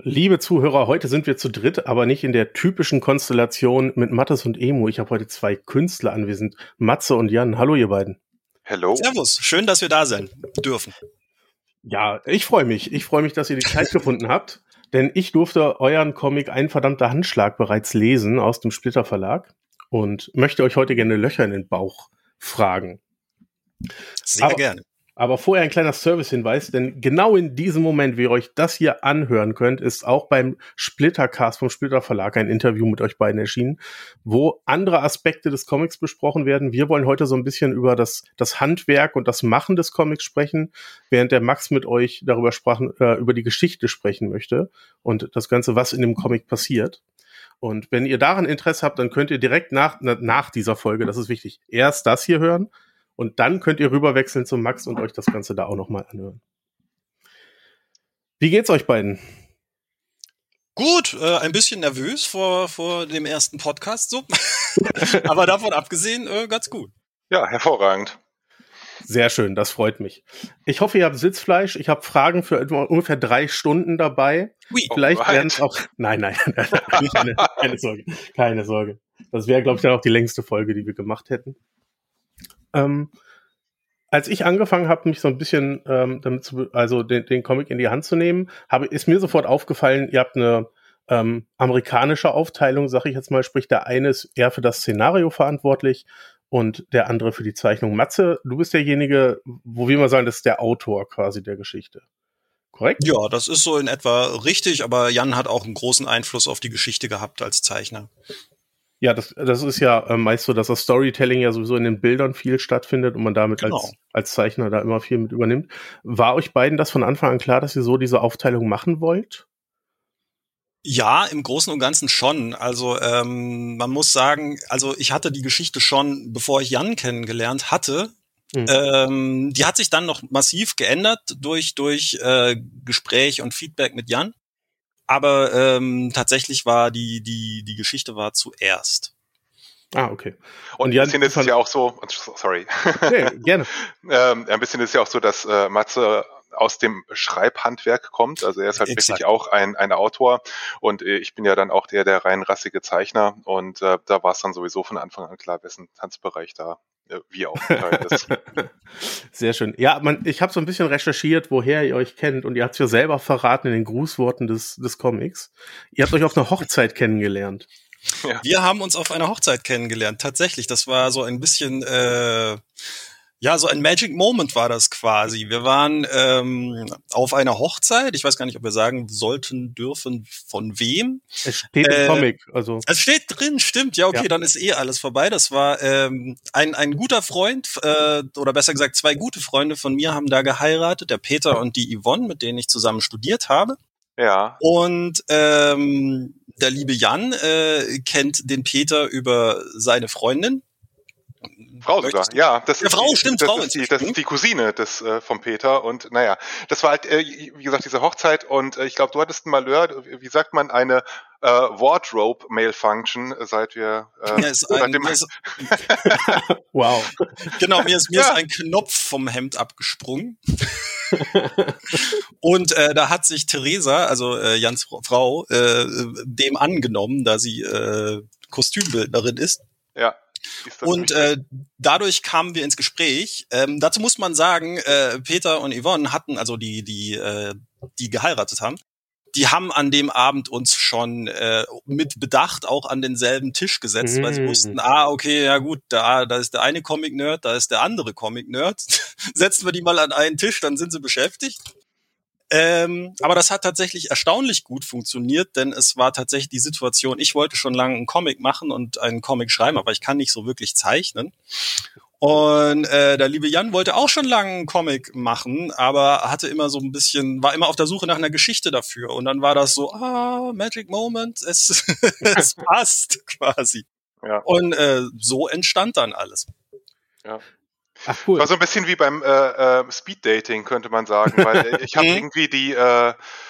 Liebe Zuhörer, heute sind wir zu dritt, aber nicht in der typischen Konstellation mit Mathis und Emu. Ich habe heute zwei Künstler anwesend, Matze und Jan. Hallo, ihr beiden. Hello. Servus, schön, dass wir da sein dürfen. Ja, ich freue mich. Ich freue mich, dass ihr die Zeit gefunden habt, denn ich durfte euren Comic Ein verdammter Handschlag bereits lesen aus dem Splitter Verlag und möchte euch heute gerne Löcher in den Bauch fragen. Sehr gerne. Aber vorher ein kleiner Service-Hinweis, denn genau in diesem Moment, wie ihr euch das hier anhören könnt, ist auch beim Splittercast vom Splitter Verlag ein Interview mit euch beiden erschienen, wo andere Aspekte des Comics besprochen werden. Wir wollen heute so ein bisschen über das Handwerk und das Machen des Comics sprechen, während der Max mit euch darüber über die Geschichte sprechen möchte und das Ganze, was in dem Comic passiert. Und wenn ihr daran Interesse habt, dann könnt ihr direkt nach dieser Folge, das ist wichtig, erst das hier hören. Und dann könnt ihr rüberwechseln zum Max und euch das Ganze da auch nochmal anhören. Wie geht's euch beiden? Gut, ein bisschen nervös vor dem ersten Podcast, so. Aber davon abgesehen, ganz gut. Ja, hervorragend. Sehr schön, das freut mich. Ich hoffe, ihr habt Sitzfleisch. Ich habe Fragen für ungefähr 3 Stunden dabei. Oui. Vielleicht werden es auch... Nein, keine Sorge. Das wäre, glaube ich, dann auch die längste Folge, die wir gemacht hätten. Als ich angefangen habe, mich so ein bisschen den Comic in die Hand zu nehmen, ist mir sofort aufgefallen, ihr habt eine amerikanische Aufteilung, sag ich jetzt mal, sprich der eine ist eher für das Szenario verantwortlich und der andere für die Zeichnung. Matze, du bist derjenige, wo wir mal sagen, das ist der Autor quasi der Geschichte. Korrekt? Ja, das ist so in etwa richtig, aber Jan hat auch einen großen Einfluss auf die Geschichte gehabt als Zeichner. Ja, das ist ja meist so, dass das Storytelling ja sowieso in den Bildern viel stattfindet und man damit als Zeichner da immer viel mit übernimmt. War euch beiden das von Anfang an klar, dass ihr so diese Aufteilung machen wollt? Ja, im Großen und Ganzen schon. Also man muss sagen, also ich hatte die Geschichte schon, bevor ich Jan kennengelernt hatte. Die hat sich dann noch massiv geändert durch Gespräch und Feedback mit Jan. Aber tatsächlich war die Geschichte war zuerst. Ah, okay. Und ein bisschen ist es ja auch so, sorry. Nee, gerne. Ein bisschen ist es ja auch so, dass Matze aus dem Schreibhandwerk kommt. Also er ist halt wirklich auch ein Autor und ich bin ja dann auch der rein rassige Zeichner und da war es dann sowieso von Anfang an klar, wessen Tanzbereich da wie aufgeteilt ist. Sehr schön. Ja, ich habe so ein bisschen recherchiert, woher ihr euch kennt und ihr habt es ja selber verraten in den Grußworten des Comics. Ihr habt euch auf einer Hochzeit kennengelernt. Ja. Wir haben uns auf einer Hochzeit kennengelernt, tatsächlich. Das war so ein bisschen, so ein Magic Moment war das quasi. Wir waren auf einer Hochzeit. Ich weiß gar nicht, ob wir sagen dürfen, von wem. Es steht im Comic. Also. Es steht drin, stimmt. Ja, okay, ja. Dann ist alles vorbei. Das war ein guter Freund, oder besser gesagt 2 gute Freunde von mir haben da geheiratet. Der Peter und die Yvonne, mit denen ich zusammen studiert habe. Ja. Und der liebe Jan kennt den Peter über seine Freundin. Frau sogar, ja. Frau. Das ist die Cousine vom Peter und naja, das war halt, wie gesagt, diese Hochzeit und ich glaube, du hattest ein Malheur, wie sagt man, eine Wardrobe-Malfunction, seit wir... wow. Genau, mir ist ein Knopf vom Hemd abgesprungen. Und da hat sich Theresa, also Jans Frau, dem angenommen, da sie Kostümbildnerin ist. Ja. Und dadurch kamen wir ins Gespräch. Dazu muss man sagen, Peter und Yvonne hatten, also die geheiratet haben, die haben an dem Abend uns schon mit Bedacht auch an denselben Tisch gesetzt, weil sie wussten, okay, ja gut, da ist der eine Comic-Nerd, da ist der andere Comic-Nerd. Setzen wir die mal an einen Tisch, dann sind sie beschäftigt. Aber das hat tatsächlich erstaunlich gut funktioniert, denn es war tatsächlich die Situation, ich wollte schon lange einen Comic machen und einen Comic schreiben, aber ich kann nicht so wirklich zeichnen. Und der liebe Jan wollte auch schon lange einen Comic machen, aber hatte immer so ein bisschen, war immer auf der Suche nach einer Geschichte dafür. Und dann war das so, Magic Moment, es passt quasi. Ja. Und so entstand dann alles. Ja. Ach, cool. War so ein bisschen wie beim Speed-Dating, könnte man sagen, weil ich habe irgendwie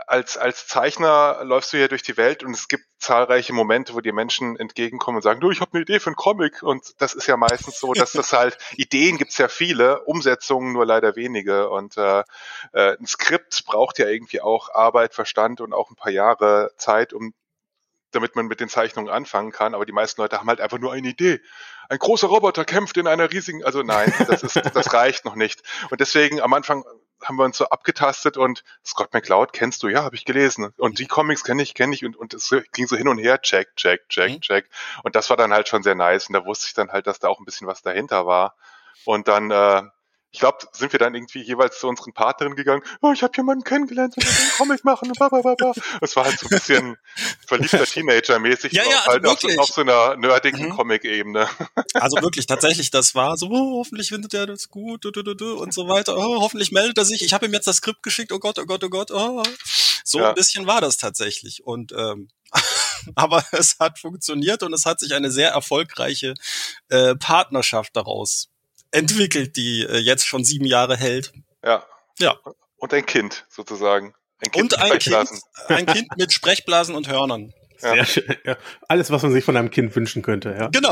als Zeichner läufst du hier durch die Welt und es gibt zahlreiche Momente, wo dir Menschen entgegenkommen und sagen, du, ich habe eine Idee für einen Comic. Und das ist ja meistens so, dass das halt, Ideen gibt's ja viele, Umsetzungen nur leider wenige. Und ein Skript braucht ja irgendwie auch Arbeit, Verstand und auch ein paar Jahre Zeit, damit man mit den Zeichnungen anfangen kann. Aber die meisten Leute haben halt einfach nur eine Idee. Ein großer Roboter kämpft in einer riesigen, also nein, das reicht noch nicht. Und deswegen am Anfang haben wir uns so abgetastet und Scott McCloud kennst du, ja, habe ich gelesen. Und die Comics kenne ich und es ging so hin und her, check. Und das war dann halt schon sehr nice und da wusste ich dann halt, dass da auch ein bisschen was dahinter war. Und dann, ich glaube, sind wir dann irgendwie jeweils zu unseren Partnerinnen gegangen, oh, ich habe jemanden kennengelernt, der will einen Comic machen und blablabla. Es war halt so ein bisschen verliebter Teenager-mäßig, ja, also halt auf so einer nerdigen Comic-Ebene. Also wirklich, tatsächlich, das war so, oh, hoffentlich findet er das gut und so weiter. Oh, hoffentlich meldet er sich. Ich habe ihm jetzt das Skript geschickt. Oh Gott. Oh. So ein bisschen war das tatsächlich. Und aber es hat funktioniert und es hat sich eine sehr erfolgreiche Partnerschaft daraus entwickelt, die jetzt schon 7 Jahre hält. Ja. Ja. Und ein Kind sozusagen. Ein Kind mit Sprechblasen und Hörnern. Sehr schön. Ja. Alles, was man sich von einem Kind wünschen könnte, ja. Genau.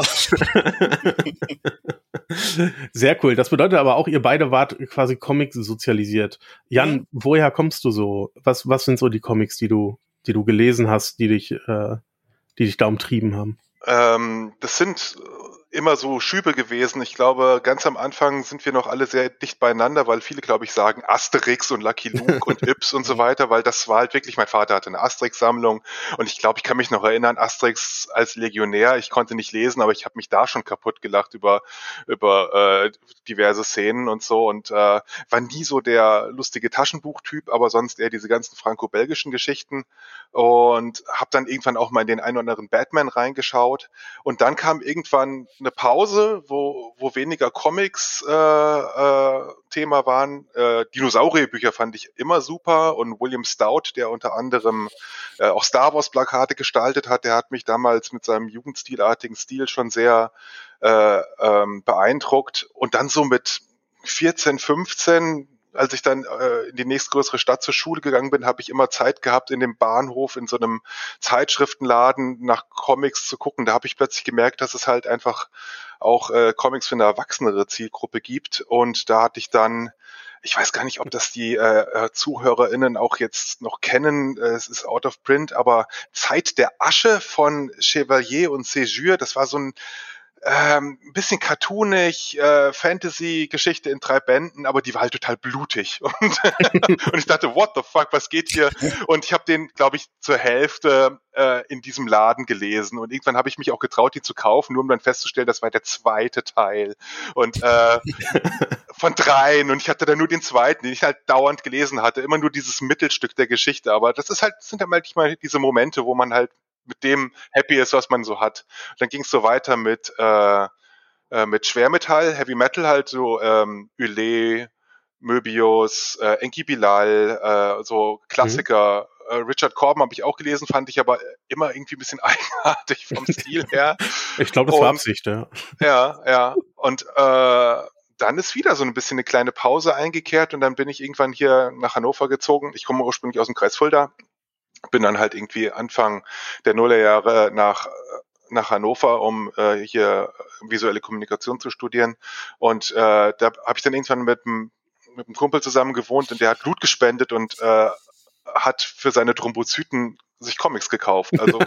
Sehr cool. Das bedeutet aber auch, ihr beide wart quasi Comics sozialisiert. Jan, woher kommst du so? Was sind so die Comics, die du gelesen hast, die dich da umtrieben haben? Das sind immer so Schübe gewesen. Ich glaube, ganz am Anfang sind wir noch alle sehr dicht beieinander, weil viele, glaube ich, sagen Asterix und Lucky Luke und Yps und so weiter, weil das war halt wirklich, mein Vater hatte eine Asterix-Sammlung und ich glaube, ich kann mich noch erinnern, Asterix als Legionär, ich konnte nicht lesen, aber ich habe mich da schon kaputt gelacht über diverse Szenen und so und war nie so der lustige Taschenbuchtyp, aber sonst eher diese ganzen franco-belgischen Geschichten und habe dann irgendwann auch mal in den einen oder anderen Batman reingeschaut und dann kam irgendwann eine Pause, wo weniger Comics Thema waren. Dinosaurierbücher fand ich immer super und William Stout, der unter anderem auch Star Wars Plakate gestaltet hat, der hat mich damals mit seinem jugendstilartigen Stil schon sehr beeindruckt und dann so mit 14, 15, als ich dann in die nächstgrößere Stadt zur Schule gegangen bin, habe ich immer Zeit gehabt, in dem Bahnhof, in so einem Zeitschriftenladen nach Comics zu gucken. Da habe ich plötzlich gemerkt, dass es halt einfach auch Comics für eine erwachsenere Zielgruppe gibt. Und da hatte ich dann, ich weiß gar nicht, ob das die ZuhörerInnen auch jetzt noch kennen, es ist out of print, aber Zeit der Asche von Chevalier und Ségur, das war so ein bisschen cartoonig, Fantasy-Geschichte in 3 Bänden, aber die war halt total blutig. Und ich dachte, what the fuck, was geht hier? Und ich habe den, glaube ich, zur Hälfte in diesem Laden gelesen. Und irgendwann habe ich mich auch getraut, die zu kaufen, nur um dann festzustellen, das war der 2. Teil. Und von 3. Und ich hatte dann nur den 2., den ich halt dauernd gelesen hatte. Immer nur dieses Mittelstück der Geschichte. Aber das sind halt manchmal diese Momente, wo man halt mit dem happy ist, was man so hat. Dann ging es so weiter mit Schwermetall, Heavy Metal halt so Ule, Möbius, Enki Bilal, so Klassiker. Richard Corbin habe ich auch gelesen, fand ich aber immer irgendwie ein bisschen eigenartig vom Stil her. Ich glaube, das war Absicht, ja. Ja. Und dann ist wieder so ein bisschen eine kleine Pause eingekehrt und dann bin ich irgendwann hier nach Hannover gezogen. Ich komme ursprünglich aus dem Kreis Fulda. Bin dann halt irgendwie Anfang der Nullerjahre nach Hannover, um hier visuelle Kommunikation zu studieren. Und da habe ich dann irgendwann mit einem Kumpel zusammen gewohnt und der hat Blut gespendet und hat für seine Thrombozyten sich Comics gekauft. Also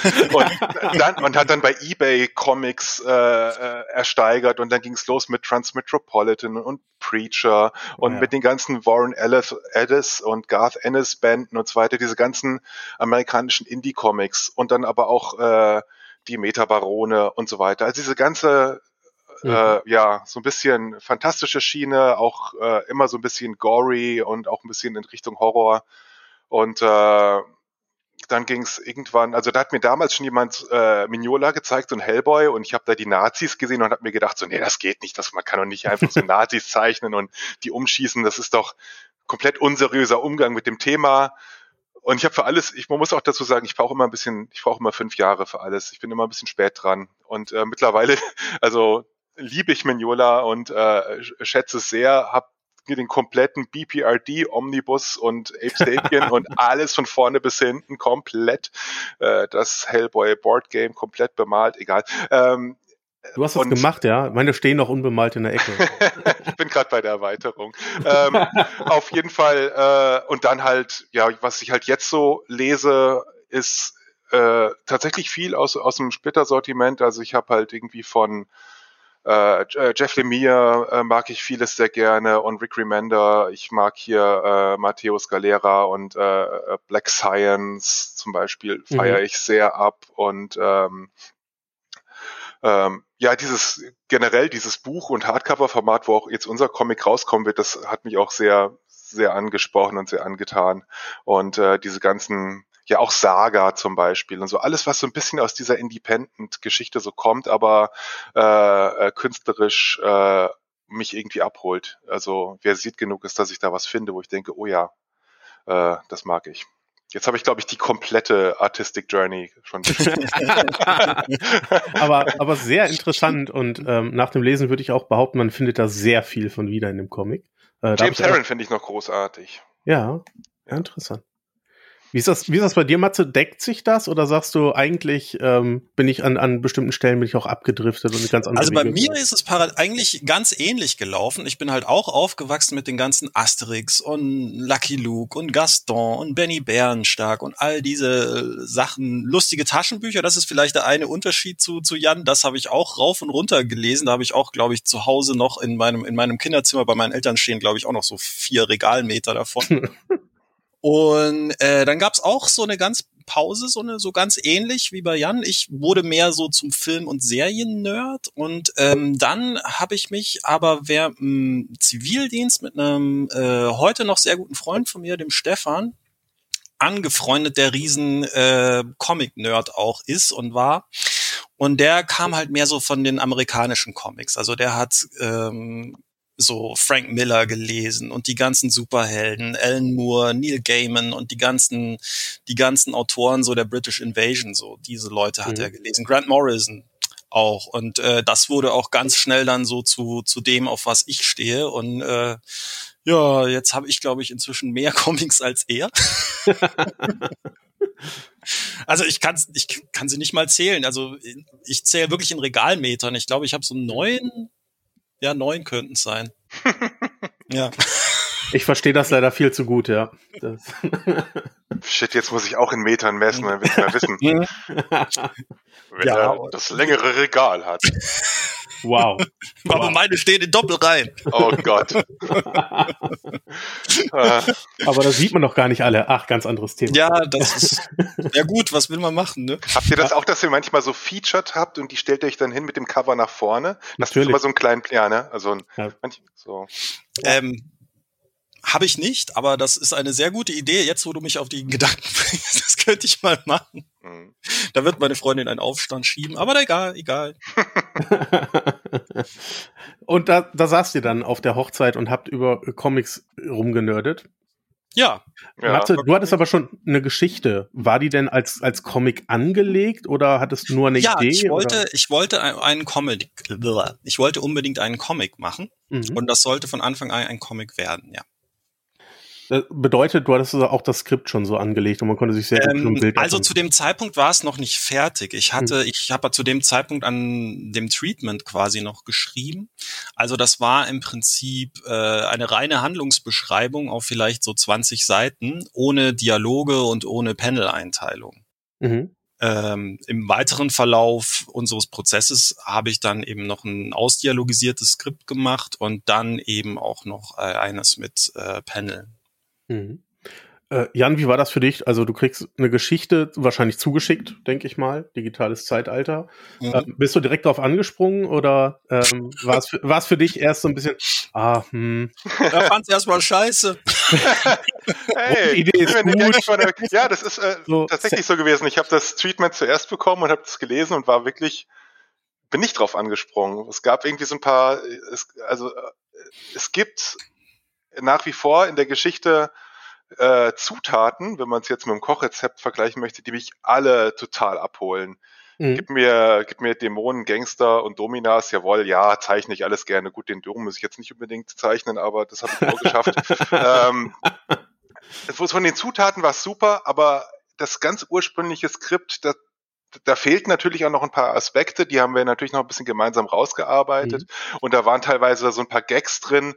und hat dann bei eBay Comics ersteigert und dann ging es los mit Transmetropolitan und Preacher und mit den ganzen Warren Ellis und Garth Ennis Banden und so weiter, diese ganzen amerikanischen Indie-Comics und dann aber auch die Metabarone und so weiter. Also diese ganze so ein bisschen fantastische Schiene, auch immer so ein bisschen gory und auch ein bisschen in Richtung Horror. Und dann ging es irgendwann, also da hat mir damals schon jemand Mignola gezeigt, so ein Hellboy, und ich habe da die Nazis gesehen und habe mir gedacht, so, nee, das geht nicht, man kann doch nicht einfach so Nazis zeichnen und die umschießen, das ist doch komplett unseriöser Umgang mit dem Thema. Und ich habe für alles, man muss auch dazu sagen, ich brauche immer 5 Jahre für alles. Ich bin immer ein bisschen spät dran. Und mittlerweile, also liebe ich Mignola und schätze es sehr, habe mir den kompletten BPRD-Omnibus und Ape Sapien und alles von vorne bis hinten komplett, das Hellboy-Boardgame komplett bemalt, egal. Du hast das gemacht, ja? Meine stehen noch unbemalt in der Ecke. Ich bin gerade bei der Erweiterung. Auf jeden Fall. Und dann halt, ja, was ich halt jetzt so lese, ist tatsächlich viel aus dem Splitter-Sortiment. Also ich habe halt irgendwie von Jeff Lemire mag ich vieles sehr gerne und Rick Remender. Ich mag hier Matteo Scalera und Black Science zum Beispiel feiere ich sehr ab und ja, dieses Buch- und Hardcover-Format, wo auch jetzt unser Comic rauskommen wird, das hat mich auch sehr, sehr angesprochen und sehr angetan. Und diese ganzen, ja auch Saga zum Beispiel und so, alles, was so ein bisschen aus dieser Independent-Geschichte so kommt, aber künstlerisch mich irgendwie abholt. Also wer sieht genug ist, dass ich da was finde, wo ich denke, oh ja, das mag ich. Jetzt habe ich, glaube ich, die komplette Artistic Journey schon beschrieben. aber sehr interessant und nach dem Lesen würde ich auch behaupten, man findet da sehr viel von wieder in dem Comic. James Herron finde ich noch großartig. Ja, interessant. Wie ist das bei dir, Matze? Deckt sich das oder sagst du eigentlich, bin ich an bestimmten Stellen bin ich auch abgedriftet und nicht ganz anders? Also bei mir ist es eigentlich ganz ähnlich gelaufen. Ich bin halt auch aufgewachsen mit den ganzen Asterix und Lucky Luke und Gaston und Benny Bärenstark und all diese Sachen, lustige Taschenbücher. Das ist vielleicht der eine Unterschied zu Jan. Das habe ich auch rauf und runter gelesen. Da habe ich auch, glaube ich, zu Hause noch in meinem Kinderzimmer bei meinen Eltern stehen, glaube ich, auch noch so 4 Regalmeter davon. Und dann gab's auch so eine ganz Pause, so ganz ähnlich wie bei Jan. Ich wurde mehr so zum Film- und Serien-Nerd und dann habe ich mich aber während dem Zivildienst mit einem heute noch sehr guten Freund von mir, dem Stefan, angefreundet, der riesen Comic-Nerd auch ist und war. Und der kam halt mehr so von den amerikanischen Comics. Also der hat so Frank Miller gelesen und die ganzen Superhelden, Alan Moore, Neil Gaiman und die ganzen Autoren so der British Invasion, so diese Leute hat er gelesen. Grant Morrison auch. Und das wurde auch ganz schnell dann so zu dem, auf was ich stehe. Und ja, jetzt habe ich, glaube ich, inzwischen mehr Comics als er. Also ich kann sie nicht mal zählen. Also ich zähle wirklich in Regalmetern. Ich glaube, ich habe so 9 könnten es sein. Ja. Ich verstehe das leider viel zu gut, ja. Shit, jetzt muss ich auch in Metern messen, dann will ich mal wissen. Wenn er das längere Regal hat. Wow. Aber meine stehen in Doppelreihen. Oh Gott. Aber das sieht man doch gar nicht alle. Ach, ganz anderes Thema. Ja, das ist ja gut, was will man machen, ne? Habt ihr das auch, dass ihr manchmal so featured habt und die stellt ihr euch dann hin mit dem Cover nach vorne? Das ist immer so ein kleinen, ja, ne? Also so. Habe ich nicht, aber das ist eine sehr gute Idee. Jetzt, wo du mich auf die Gedanken bringst, das könnte ich mal machen. Da wird meine Freundin einen Aufstand schieben, aber egal. Und da saßt ihr dann auf der Hochzeit und habt über Comics rumgenördet? Ja. Matze, du hattest aber schon eine Geschichte. War die denn als Comic angelegt oder hattest du nur eine Idee? Ich wollte einen Comic. Ich wollte unbedingt einen Comic machen und das sollte von Anfang an ein Comic werden, ja. Das bedeutet, du hattest auch das Skript schon so angelegt und man konnte sich sehr gut ein Bild Also zu dem Zeitpunkt war es noch nicht fertig. Ich habe zu dem Zeitpunkt an dem Treatment quasi noch geschrieben. Also das war im Prinzip eine reine Handlungsbeschreibung auf vielleicht so 20 Seiten, ohne Dialoge und ohne Panel-Einteilung. Im weiteren Verlauf unseres Prozesses habe ich dann eben noch ein ausdialogisiertes Skript gemacht und dann eben auch noch eines mit Panel. Jan, wie war das für dich? Also du kriegst eine Geschichte wahrscheinlich zugeschickt, denke ich mal, digitales Zeitalter. Bist du direkt darauf angesprungen oder war es für dich erst so ein bisschen, Da fand's erstmal scheiße. Hey, die Idee ist gut. Ja, das ist tatsächlich so gewesen. Ich habe das Treatment zuerst bekommen und habe das gelesen und bin nicht drauf angesprungen. Es gab irgendwie so ein paar, es gibt nach wie vor in der Geschichte Zutaten, wenn man es jetzt mit dem Kochrezept vergleichen möchte, die mich alle total abholen. Gib mir Dämonen, Gangster und Dominas, jawohl, ja, zeichne ich alles gerne. Gut, den Dom muss ich jetzt nicht unbedingt zeichnen, aber das habe ich auch geschafft. Von den Zutaten war es super, aber das ganz ursprüngliche Skript, da fehlten natürlich auch noch ein paar Aspekte, die haben wir natürlich noch ein bisschen gemeinsam rausgearbeitet. Und da waren teilweise so ein paar Gags drin,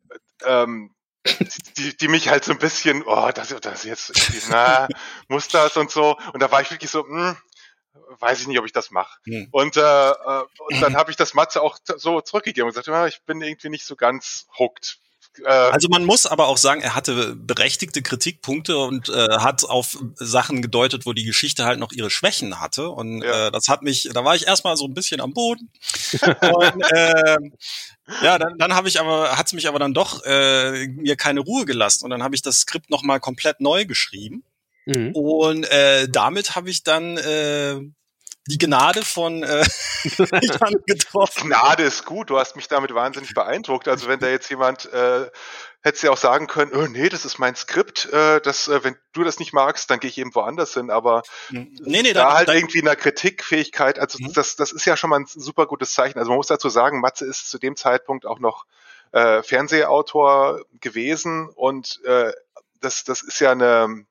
die mich halt so ein bisschen, das jetzt, muss das und so. Und da war ich wirklich so, weiß ich nicht, ob ich das mache. Und dann habe ich das Matze auch so zurückgegeben und gesagt, ich bin irgendwie nicht so ganz hooked. Also man muss aber auch sagen, er hatte berechtigte Kritikpunkte und hat auf Sachen gedeutet, wo die Geschichte halt noch ihre Schwächen hatte. Und das hat mich, da war ich erstmal so ein bisschen am Boden. Und dann hat's mich aber dann doch mir keine Ruhe gelassen. Und dann habe ich das Skript nochmal komplett neu geschrieben. Und damit habe ich dann die Gnade von Jan getroffen. Gnade ist gut, du hast mich damit wahnsinnig beeindruckt. Also wenn da jetzt jemand, hättest du ja auch sagen können, nee, das ist mein Skript, wenn du das nicht magst, dann gehe ich eben woanders hin. Aber irgendwie in der Kritikfähigkeit, also das ist ja schon mal ein super gutes Zeichen. Also man muss dazu sagen, Matze ist zu dem Zeitpunkt auch noch Fernsehautor gewesen und das ist ja eine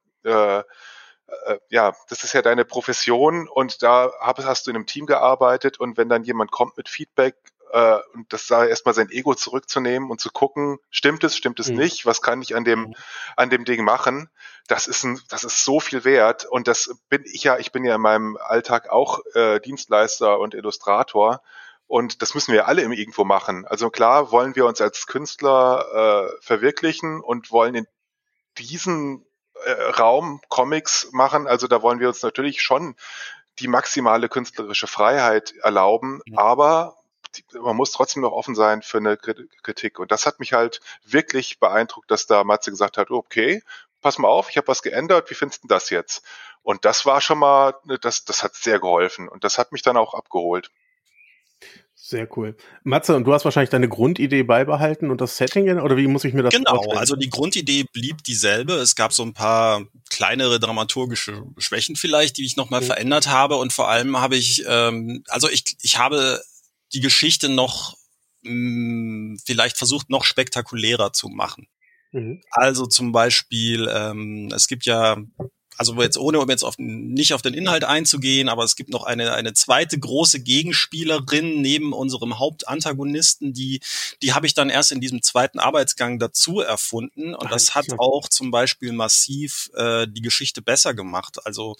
das ist ja deine Profession und da hast du in einem Team gearbeitet und wenn dann jemand kommt mit Feedback und das sei erstmal sein Ego zurückzunehmen und zu gucken, stimmt es nicht, was kann ich an dem Ding machen, das ist so viel wert und ich bin ja in meinem Alltag auch Dienstleister und Illustrator und das müssen wir alle irgendwo machen. Also klar wollen wir uns als Künstler verwirklichen und wollen in diesen Raum Comics machen, also da wollen wir uns natürlich schon die maximale künstlerische Freiheit erlauben, aber man muss trotzdem noch offen sein für eine Kritik und das hat mich halt wirklich beeindruckt, dass da Matze gesagt hat, okay, pass mal auf, ich habe was geändert, wie findest du das jetzt? Und das war schon mal, das hat sehr geholfen und das hat mich dann auch abgeholt. Sehr cool. Matze, und du hast wahrscheinlich deine Grundidee beibehalten und das Setting, oder wie muss ich mir das vorstellen? Genau, also die Grundidee blieb dieselbe. Es gab so ein paar kleinere dramaturgische Schwächen vielleicht, die ich nochmal verändert habe. Und vor allem habe ich, ich habe die Geschichte noch vielleicht versucht, noch spektakulärer zu machen. Also zum Beispiel, es gibt ja, also jetzt nicht auf den Inhalt einzugehen, aber es gibt noch eine zweite große Gegenspielerin neben unserem Hauptantagonisten, die habe ich dann erst in diesem zweiten Arbeitsgang dazu erfunden und das hat auch zum Beispiel massiv die Geschichte besser gemacht. Also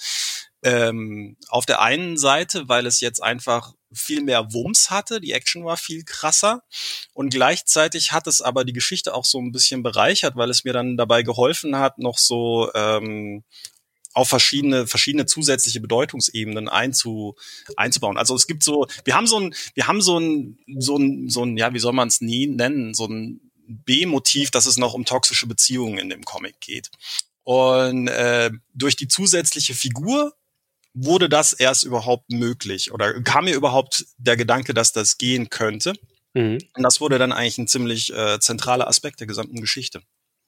auf der einen Seite, weil es jetzt einfach viel mehr Wumms hatte, die Action war viel krasser und gleichzeitig hat es aber die Geschichte auch so ein bisschen bereichert, weil es mir dann dabei geholfen hat, noch so auf verschiedene zusätzliche Bedeutungsebenen einzubauen. Also es gibt so, wir haben so ein, ja, wie soll man es nennen, so ein B-Motiv, dass es noch um toxische Beziehungen in dem Comic geht. Und durch die zusätzliche Figur wurde das erst überhaupt möglich oder kam mir überhaupt der Gedanke, dass das gehen könnte. Und das wurde dann eigentlich ein ziemlich zentraler Aspekt der gesamten Geschichte.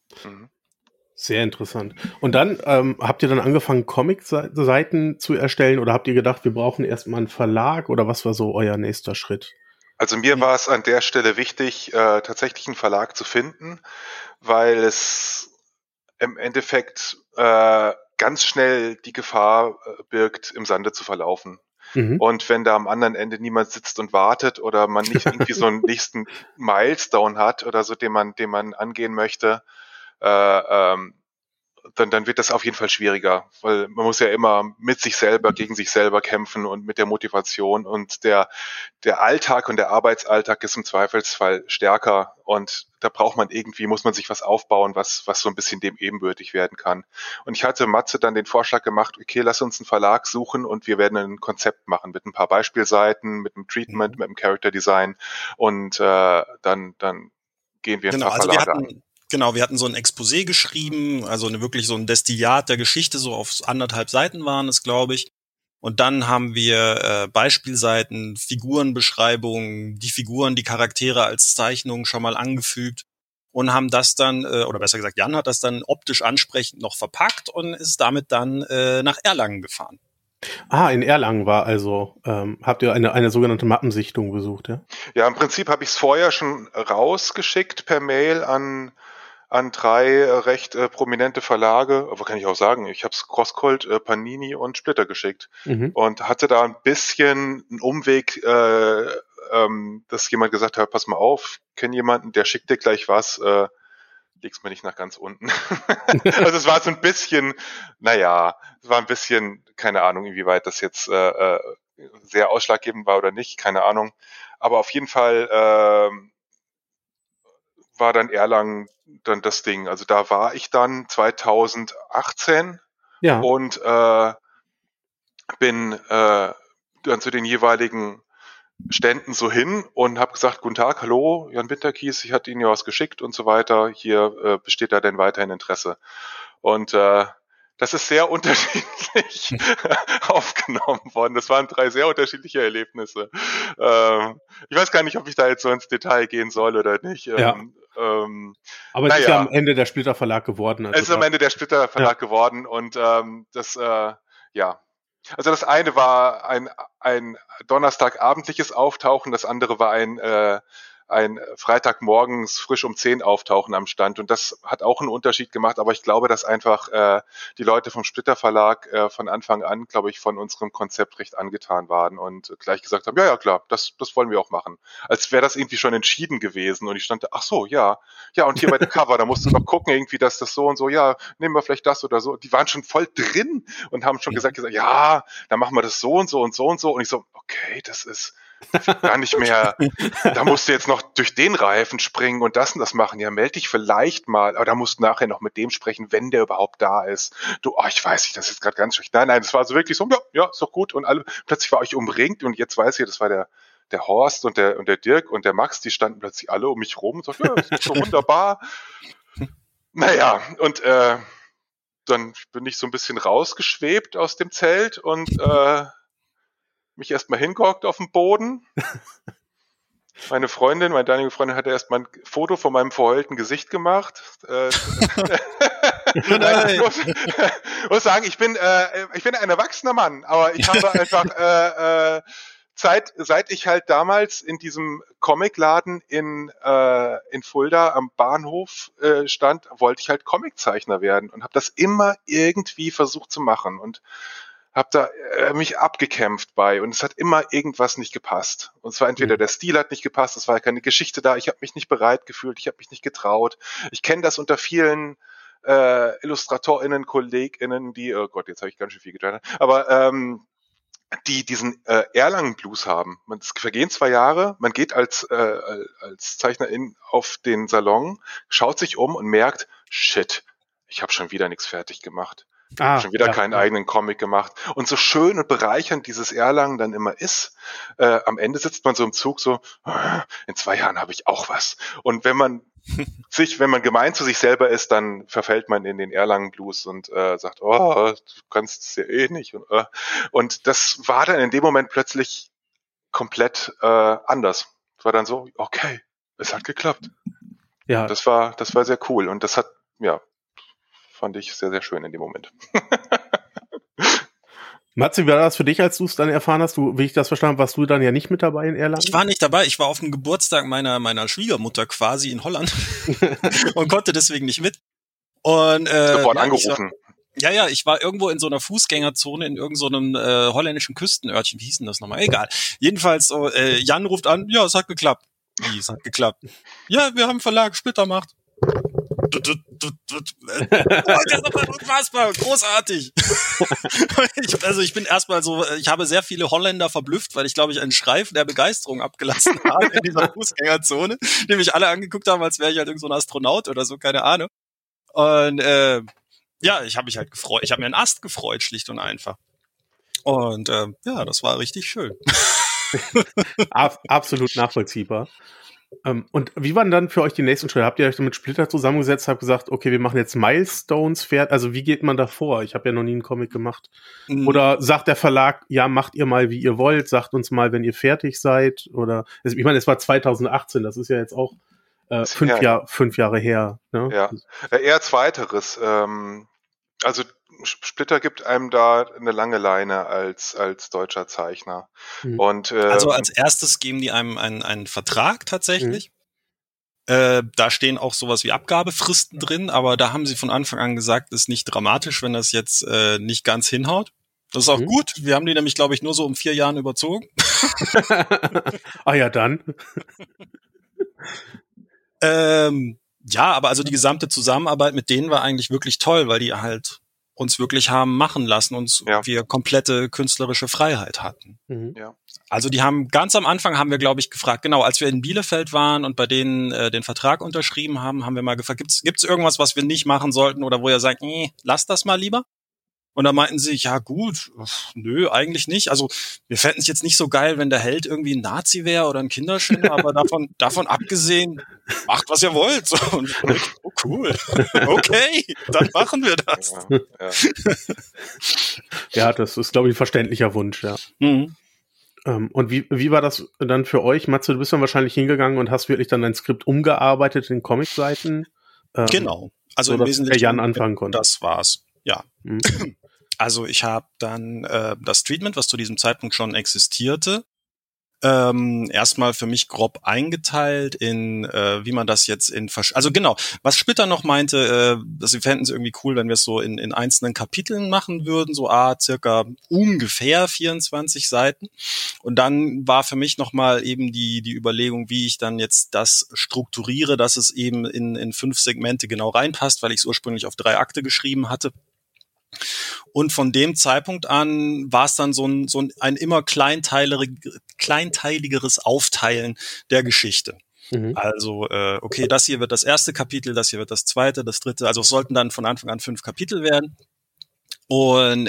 Sehr interessant. Und dann habt ihr dann angefangen, Comic-Seiten zu erstellen oder habt ihr gedacht, wir brauchen erstmal einen Verlag oder was war so euer nächster Schritt? Also mir war es an der Stelle wichtig, tatsächlich einen Verlag zu finden, weil es im Endeffekt ganz schnell die Gefahr birgt, im Sande zu verlaufen. Und wenn da am anderen Ende niemand sitzt und wartet oder man nicht irgendwie so einen nächsten Milestone hat oder so, den man angehen möchte, dann wird das auf jeden Fall schwieriger, weil man muss ja immer mit sich selber, gegen sich selber kämpfen und mit der Motivation und der Alltag und der Arbeitsalltag ist im Zweifelsfall stärker und da muss man sich was aufbauen, was so ein bisschen dem ebenbürtig werden kann. Und ich hatte Matze dann den Vorschlag gemacht, okay, lass uns einen Verlag suchen und wir werden ein Konzept machen mit ein paar Beispielseiten, mit einem Treatment, mit einem Character Design und dann gehen wir ein paar Verlage an. Genau, wir hatten so ein Exposé geschrieben, also wirklich so ein Destillat der Geschichte, so auf 1,5 Seiten waren es, glaube ich. Und dann haben wir Beispielseiten, Figurenbeschreibungen, die Figuren, die Charaktere als Zeichnungen schon mal angefügt und haben das dann, oder besser gesagt, Jan hat das dann optisch ansprechend noch verpackt und ist damit dann nach Erlangen gefahren. In Erlangen war also, habt ihr eine sogenannte Mappensichtung besucht, ja? Ja, im Prinzip habe ich es vorher schon rausgeschickt per Mail an 3 recht prominente Verlage, aber kann ich auch sagen, ich habe es Crosscult, Panini und Splitter geschickt und hatte da ein bisschen einen Umweg, dass jemand gesagt hat, pass mal auf, kenne jemanden, der schickt dir gleich was, leg's mir nicht nach ganz unten. Also es war so ein bisschen, es war ein bisschen, keine Ahnung, inwieweit das jetzt sehr ausschlaggebend war oder nicht, keine Ahnung. Aber auf jeden Fall war dann Erlangen dann das Ding. Also da war ich dann 2018 und bin dann zu den jeweiligen Ständen so hin und habe gesagt, guten Tag, hallo, Jan Winterkies, ich hatte Ihnen ja was geschickt und so weiter. Hier besteht da denn weiterhin Interesse. Und das ist sehr unterschiedlich aufgenommen worden. Das waren 3 sehr unterschiedliche Erlebnisse. Ich weiß gar nicht, ob ich da jetzt so ins Detail gehen soll oder nicht. Aber es ist ja am Ende der Splitter Verlag geworden. Also es ist am Ende der Splitter Verlag geworden und also das eine war ein Donnerstagabendliches Auftauchen, das andere war ein Freitagmorgens frisch um 10 auftauchen am Stand und das hat auch einen Unterschied gemacht, aber ich glaube, dass einfach die Leute vom Splitter Verlag von Anfang an, glaube ich, von unserem Konzept recht angetan waren und gleich gesagt haben, ja klar, das wollen wir auch machen. Als wäre das irgendwie schon entschieden gewesen und ich stand da, ach so, ja und hier bei dem Cover, da musst du noch gucken irgendwie, dass das so und so, ja, nehmen wir vielleicht das oder so. Die waren schon voll drin und haben schon gesagt, ja, dann machen wir das so und so und so und so und ich so, okay, das ist gar nicht mehr, da musst du jetzt noch durch den Reifen springen und das machen. Ja, melde dich vielleicht mal, aber da musst du nachher noch mit dem sprechen, wenn der überhaupt da ist. Ich weiß nicht, das ist jetzt gerade ganz schlecht. Nein, das war so wirklich so, ja, ist doch gut und alle, plötzlich war ich umringt und jetzt weiß ich, das war der Horst und der Dirk und der Max, die standen plötzlich alle um mich rum und sagten, ja, das ist so wunderbar. Und dann bin ich so ein bisschen rausgeschwebt aus dem Zelt und mich erstmal hingehockt auf dem Boden. Meine damalige Freundin, hatte erstmal ein Foto von meinem verheulten Gesicht gemacht. Ich muss sagen, ich bin ein erwachsener Mann, aber ich habe einfach seit ich halt damals in diesem Comicladen in Fulda am Bahnhof stand, wollte ich halt Comiczeichner werden und habe das immer irgendwie versucht zu machen und habe da mich abgekämpft bei und es hat immer irgendwas nicht gepasst. Und zwar entweder der Stil hat nicht gepasst, es war keine Geschichte da, ich habe mich nicht bereit gefühlt, ich habe mich nicht getraut. Ich kenne das unter vielen IllustratorInnen, KollegInnen, die, oh Gott, jetzt habe ich ganz schön viel getan, aber die diesen Erlangen-Blues haben. Es vergehen 2 Jahre, man geht als Zeichnerin auf den Salon, schaut sich um und merkt, shit, ich habe schon wieder nichts fertig gemacht. Schon wieder keinen eigenen Comic gemacht. Und so schön und bereichernd dieses Erlangen dann immer ist, am Ende sitzt man so im Zug so, in 2 Jahren habe ich auch was. Und wenn man gemein zu sich selber ist, dann verfällt man in den Erlangen-Blues und sagt, du kannst es ja eh nicht. Und das war dann in dem Moment plötzlich komplett anders. Es war dann so, okay, es hat geklappt. Ja. Das war sehr cool und das hat, fand ich sehr, sehr schön in dem Moment. Matze, wie war das für dich, als du es dann erfahren hast? Wie ich das verstanden habe, warst du dann ja nicht mit dabei in Erlangen? Ich war nicht dabei. Ich war auf dem Geburtstag meiner Schwiegermutter quasi in Holland und konnte deswegen nicht mit. Und sofort angerufen. Ich war irgendwo in so einer Fußgängerzone in irgendeinem holländischen Küstenörtchen. Wie hieß denn das nochmal? Egal. Jedenfalls so, Jan ruft an, ja, es hat geklappt. Wie, es hat geklappt? Ja, wir haben einen Verlag, Splitter macht. Das ist aber unfassbar, großartig. Ich bin erstmal so, ich habe sehr viele Holländer verblüfft, weil ich glaube, ich einen Schrei der Begeisterung abgelassen habe in dieser Fußgängerzone, die mich alle angeguckt haben, als wäre ich halt irgend so ein Astronaut oder so, keine Ahnung. Und ich habe mich halt gefreut. Ich habe mir einen Ast gefreut, schlicht und einfach. Und das war richtig schön. Absolut nachvollziehbar. Und wie waren dann für euch die nächsten Schritte? Habt ihr euch mit Splitter zusammengesetzt, habt gesagt, okay, wir machen jetzt Milestones fertig? Also wie geht man da vor? Ich habe ja noch nie einen Comic gemacht. Oder sagt der Verlag, ja, macht ihr mal, wie ihr wollt, sagt uns mal, wenn ihr fertig seid? Oder ich meine, es war 2018, das ist ja jetzt auch 5 Jahre her. Ne? Ja, eher zweiteres. Also Splitter gibt einem da eine lange Leine als deutscher Zeichner. Und also als erstes geben die einem einen Vertrag tatsächlich. Da stehen auch sowas wie Abgabefristen drin, aber da haben sie von Anfang an gesagt, ist nicht dramatisch, wenn das jetzt nicht ganz hinhaut. Das ist auch gut. Wir haben die nämlich, glaube ich, nur so um 4 Jahren überzogen. Ah ja, dann. Ja, aber also die gesamte Zusammenarbeit mit denen war eigentlich wirklich toll, weil die halt uns wirklich haben machen lassen und wir komplette künstlerische Freiheit hatten. Ja. Also die haben ganz am Anfang haben wir, glaube ich, gefragt, genau, als wir in Bielefeld waren und bei denen den Vertrag unterschrieben haben, haben wir mal gefragt, gibt's irgendwas, was wir nicht machen sollten oder wo ihr sagt, lass das mal lieber? Und da meinten sie, ja gut, nö, eigentlich nicht. Also wir fänden es jetzt nicht so geil, wenn der Held irgendwie ein Nazi wäre oder ein Kinderschänder, aber davon abgesehen, macht, was ihr wollt. So, und oh, cool. Okay, dann machen wir das. Ja, das ist, glaube ich, ein verständlicher Wunsch, ja. Und wie war das dann für euch? Matze, du bist dann wahrscheinlich hingegangen und hast wirklich dann dein Skript umgearbeitet in Comicseiten? Genau. Also so, im Wesentlichen, Jan anfangen konnte. Das war's, ja. Also ich habe dann das Treatment, was zu diesem Zeitpunkt schon existierte, erstmal für mich grob eingeteilt in, wie man das jetzt also genau, was Splitter noch meinte, dass wir fänden es irgendwie cool, wenn wir es so in einzelnen Kapiteln machen würden, so circa ungefähr 24 Seiten. Und dann war für mich nochmal eben die Überlegung, wie ich dann jetzt das strukturiere, dass es eben in 5 Segmente genau reinpasst, weil ich es ursprünglich auf 3 Akte geschrieben hatte. Und von dem Zeitpunkt an war es dann so ein immer kleinteiligeres Aufteilen der Geschichte. Also, okay, das hier wird das erste Kapitel, das hier wird das zweite, das dritte. Also es sollten dann von Anfang an 5 Kapitel werden. Und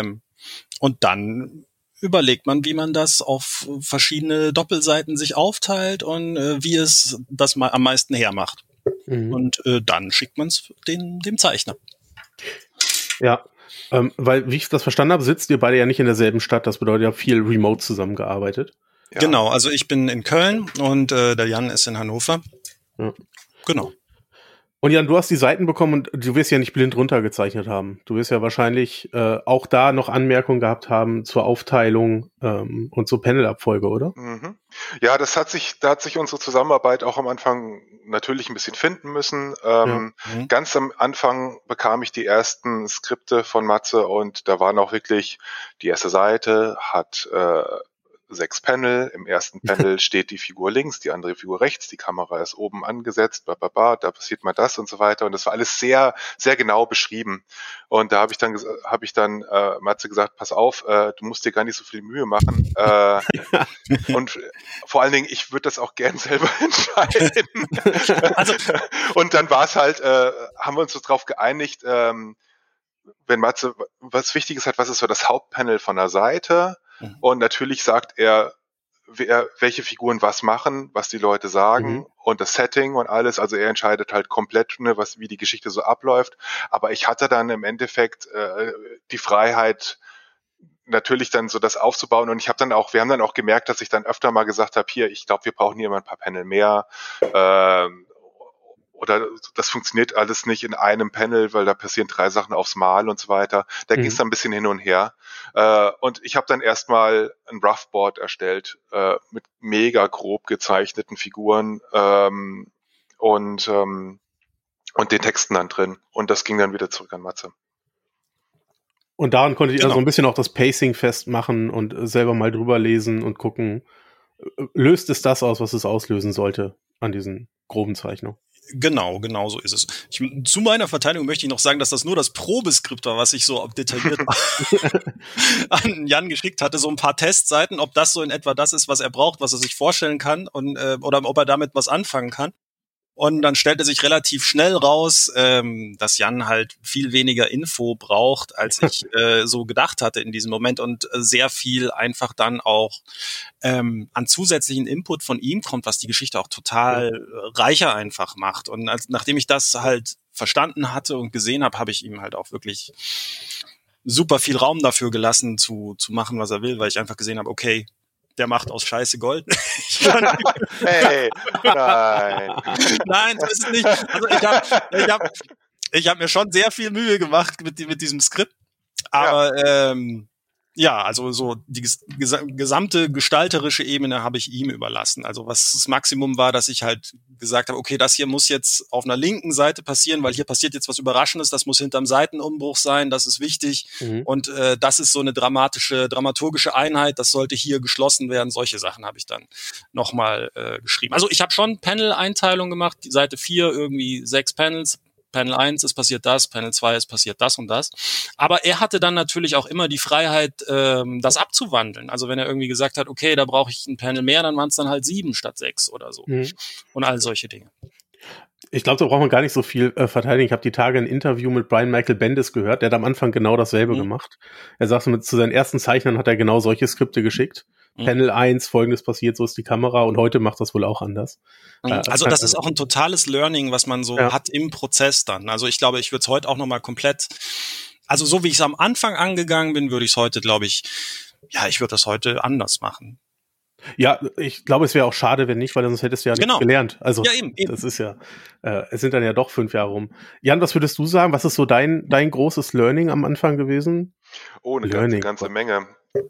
dann überlegt man, wie man das auf verschiedene Doppelseiten sich aufteilt und wie es das am meisten hermacht. Und dann schickt man es dem Zeichner. Ja. Weil, wie ich das verstanden habe, sitzt ihr beide ja nicht in derselben Stadt. Das bedeutet, ihr habt viel remote zusammengearbeitet. Ja. Genau, also ich bin in Köln und der Jan ist in Hannover. Ja. Genau. Und Jan, du hast die Seiten bekommen und du wirst ja nicht blind runtergezeichnet haben. Du wirst ja wahrscheinlich auch da noch Anmerkungen gehabt haben zur Aufteilung und zur Panelabfolge, oder? Ja, da hat sich unsere Zusammenarbeit auch am Anfang natürlich ein bisschen finden müssen. Ganz am Anfang bekam ich die ersten Skripte von Matze und da waren auch wirklich, die erste Seite hat 6 Panel. Im ersten Panel steht die Figur links, die andere Figur rechts, die Kamera ist oben angesetzt, da passiert mal das und so weiter. Und das war alles sehr, sehr genau beschrieben. Und da habe ich dann Matze gesagt, pass auf, du musst dir gar nicht so viel Mühe machen. Und vor allen Dingen, ich würde das auch gern selber entscheiden. Und dann war es halt, haben wir uns so drauf geeinigt, wenn Matze was Wichtiges hat, was ist so das Hauptpanel von der Seite? Und natürlich sagt er, welche Figuren was machen, was die Leute sagen und das Setting und alles. Also er entscheidet halt komplett, wie die Geschichte so abläuft. Aber ich hatte dann im Endeffekt die Freiheit, natürlich dann so das aufzubauen. Und wir haben dann auch gemerkt, dass ich dann öfter mal gesagt habe, hier, ich glaube, wir brauchen hier mal ein paar Panel mehr. Oder das funktioniert alles nicht in einem Panel, weil da passieren 3 Sachen aufs Mal und so weiter. Da ging es dann ein bisschen hin und her. Und ich habe dann erstmal ein Roughboard erstellt mit mega grob gezeichneten Figuren und den Texten dann drin. Und das ging dann wieder zurück an Matze. Und daran konntet ihr so ein bisschen auch das Pacing festmachen und selber mal drüber lesen und gucken, löst es das aus, was es auslösen sollte an diesen groben Zeichnungen? Genau so ist es. Zu meiner Verteidigung möchte ich noch sagen, dass das nur das Probeskript war, was ich so detailliert an Jan geschickt hatte. So ein paar Testseiten, ob das so in etwa das ist, was er braucht, was er sich vorstellen kann und oder ob er damit was anfangen kann. Und dann stellte sich relativ schnell raus, dass Jan halt viel weniger Info braucht, als ich so gedacht hatte in diesem Moment und sehr viel einfach dann auch an zusätzlichen Input von ihm kommt, was die Geschichte auch total reicher einfach macht. Und nachdem ich das halt verstanden hatte und gesehen habe, habe ich ihm halt auch wirklich super viel Raum dafür gelassen, zu machen, was er will, weil ich einfach gesehen habe, okay, der macht aus Scheiße Gold. Hey, nein. Nein, so ist es nicht. Also Ich habe mir schon sehr viel Mühe gemacht mit diesem Skript. Aber ja, also so die gesamte gestalterische Ebene habe ich ihm überlassen. Also was das Maximum war, dass ich halt gesagt habe, okay, das hier muss jetzt auf einer linken Seite passieren, weil hier passiert jetzt was Überraschendes, das muss hinterm Seitenumbruch sein, das ist wichtig. Und das ist so eine dramaturgische Einheit, das sollte hier geschlossen werden. Solche Sachen habe ich dann nochmal geschrieben. Also ich habe schon Panel-Einteilung gemacht, die Seite 4 irgendwie 6 Panels. Panel 1, es passiert das, Panel 2, es passiert das und das. Aber er hatte dann natürlich auch immer die Freiheit, das abzuwandeln. Also wenn er irgendwie gesagt hat, okay, da brauche ich ein Panel mehr, dann waren es dann halt 7 statt 6 oder so. Und all solche Dinge. Ich glaube, da braucht man gar nicht so viel verteidigen. Ich habe die Tage ein Interview mit Brian Michael Bendis gehört. Der hat am Anfang genau dasselbe gemacht. Er sagte, zu seinen ersten Zeichnern hat er genau solche Skripte geschickt. Panel 1, Folgendes passiert, so ist die Kamera, und heute macht das wohl auch anders. Also das ist auch ein totales Learning, was man so hat im Prozess dann. Also ich glaube, ich würde es heute auch nochmal komplett, also so wie ich es am Anfang angegangen bin, würde ich es heute, glaube ich, ich würde das heute anders machen. Ja, ich glaube, es wäre auch schade, wenn nicht, weil sonst hättest du ja nichts gelernt. Also eben. Das ist ja, es sind dann ja doch 5 Jahre rum. Jan, was würdest du sagen? Was ist so dein großes Learning am Anfang gewesen? Oh, eine ganze Menge.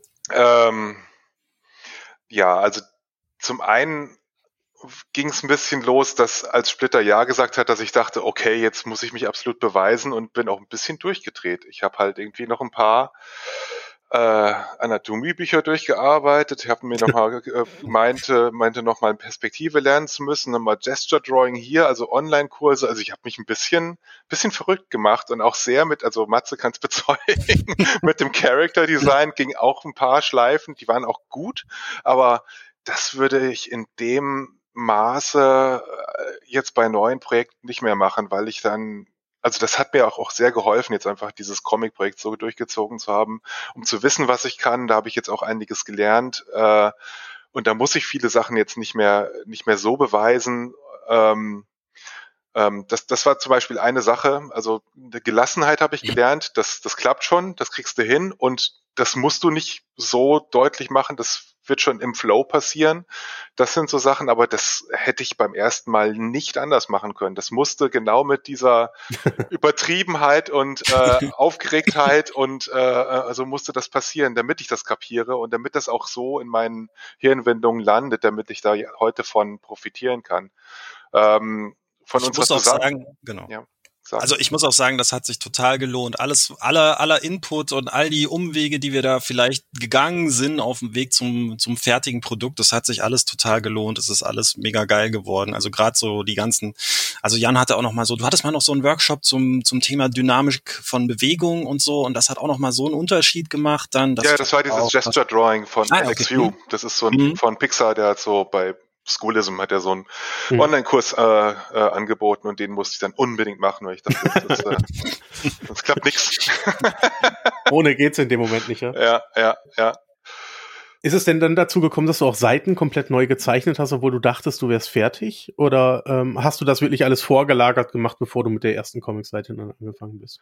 Ja, also zum einen ging es ein bisschen los, dass als Splitter Ja gesagt hat, dass ich dachte, okay, jetzt muss ich mich absolut beweisen, und bin auch ein bisschen durchgedreht. Ich habe halt irgendwie noch ein paar Anatomie-Bücher durchgearbeitet. Ich habe mir nochmal meinte nochmal eine Perspektive lernen zu müssen, nochmal Gesture Drawing hier, also Online-Kurse. Also ich habe mich ein bisschen verrückt gemacht und auch sehr also Matze kann es bezeugen, mit dem Character Design ging auch ein paar Schleifen, die waren auch gut, aber das würde ich in dem Maße jetzt bei neuen Projekten nicht mehr machen, weil ich dann, also das hat mir auch sehr geholfen, jetzt einfach dieses Comic-Projekt so durchgezogen zu haben, um zu wissen, was ich kann. Da habe ich jetzt auch einiges gelernt, und da muss ich viele Sachen jetzt nicht mehr so beweisen. Das war zum Beispiel eine Sache, also eine Gelassenheit habe ich gelernt, das klappt schon, das kriegst du hin, und das musst du nicht so deutlich machen, das wird schon im Flow passieren. Das sind so Sachen, aber das hätte ich beim ersten Mal nicht anders machen können. Das musste genau mit dieser Übertriebenheit und Aufgeregtheit und also musste das passieren, damit ich das kapiere und damit das auch so in meinen Hirnwindungen landet, damit ich da heute von profitieren kann. Ich muss auch sagen, genau. Ja, also ich muss auch sagen, das hat sich total gelohnt. Aller Input und all die Umwege, die wir da vielleicht gegangen sind auf dem Weg zum fertigen Produkt, das hat sich alles total gelohnt. Es ist alles mega geil geworden. Also gerade so die ganzen, also Jan hatte auch noch mal so, du hattest mal noch so einen Workshop zum Thema Dynamik von Bewegung und so, und das hat auch noch mal so einen Unterschied gemacht dann. Das war dieses Gesture Drawing von Alex View. Das ist so ein von Pixar, der hat so bei Schoolism hat er so einen Online-Kurs angeboten, und den musste ich dann unbedingt machen, weil ich dachte, das klappt nichts. Ohne geht's in dem Moment nicht, ja? Ja. Ist es denn dann dazu gekommen, dass du auch Seiten komplett neu gezeichnet hast, obwohl du dachtest, du wärst fertig? Oder hast du das wirklich alles vorgelagert gemacht, bevor du mit der ersten Comic-Seite dann angefangen bist?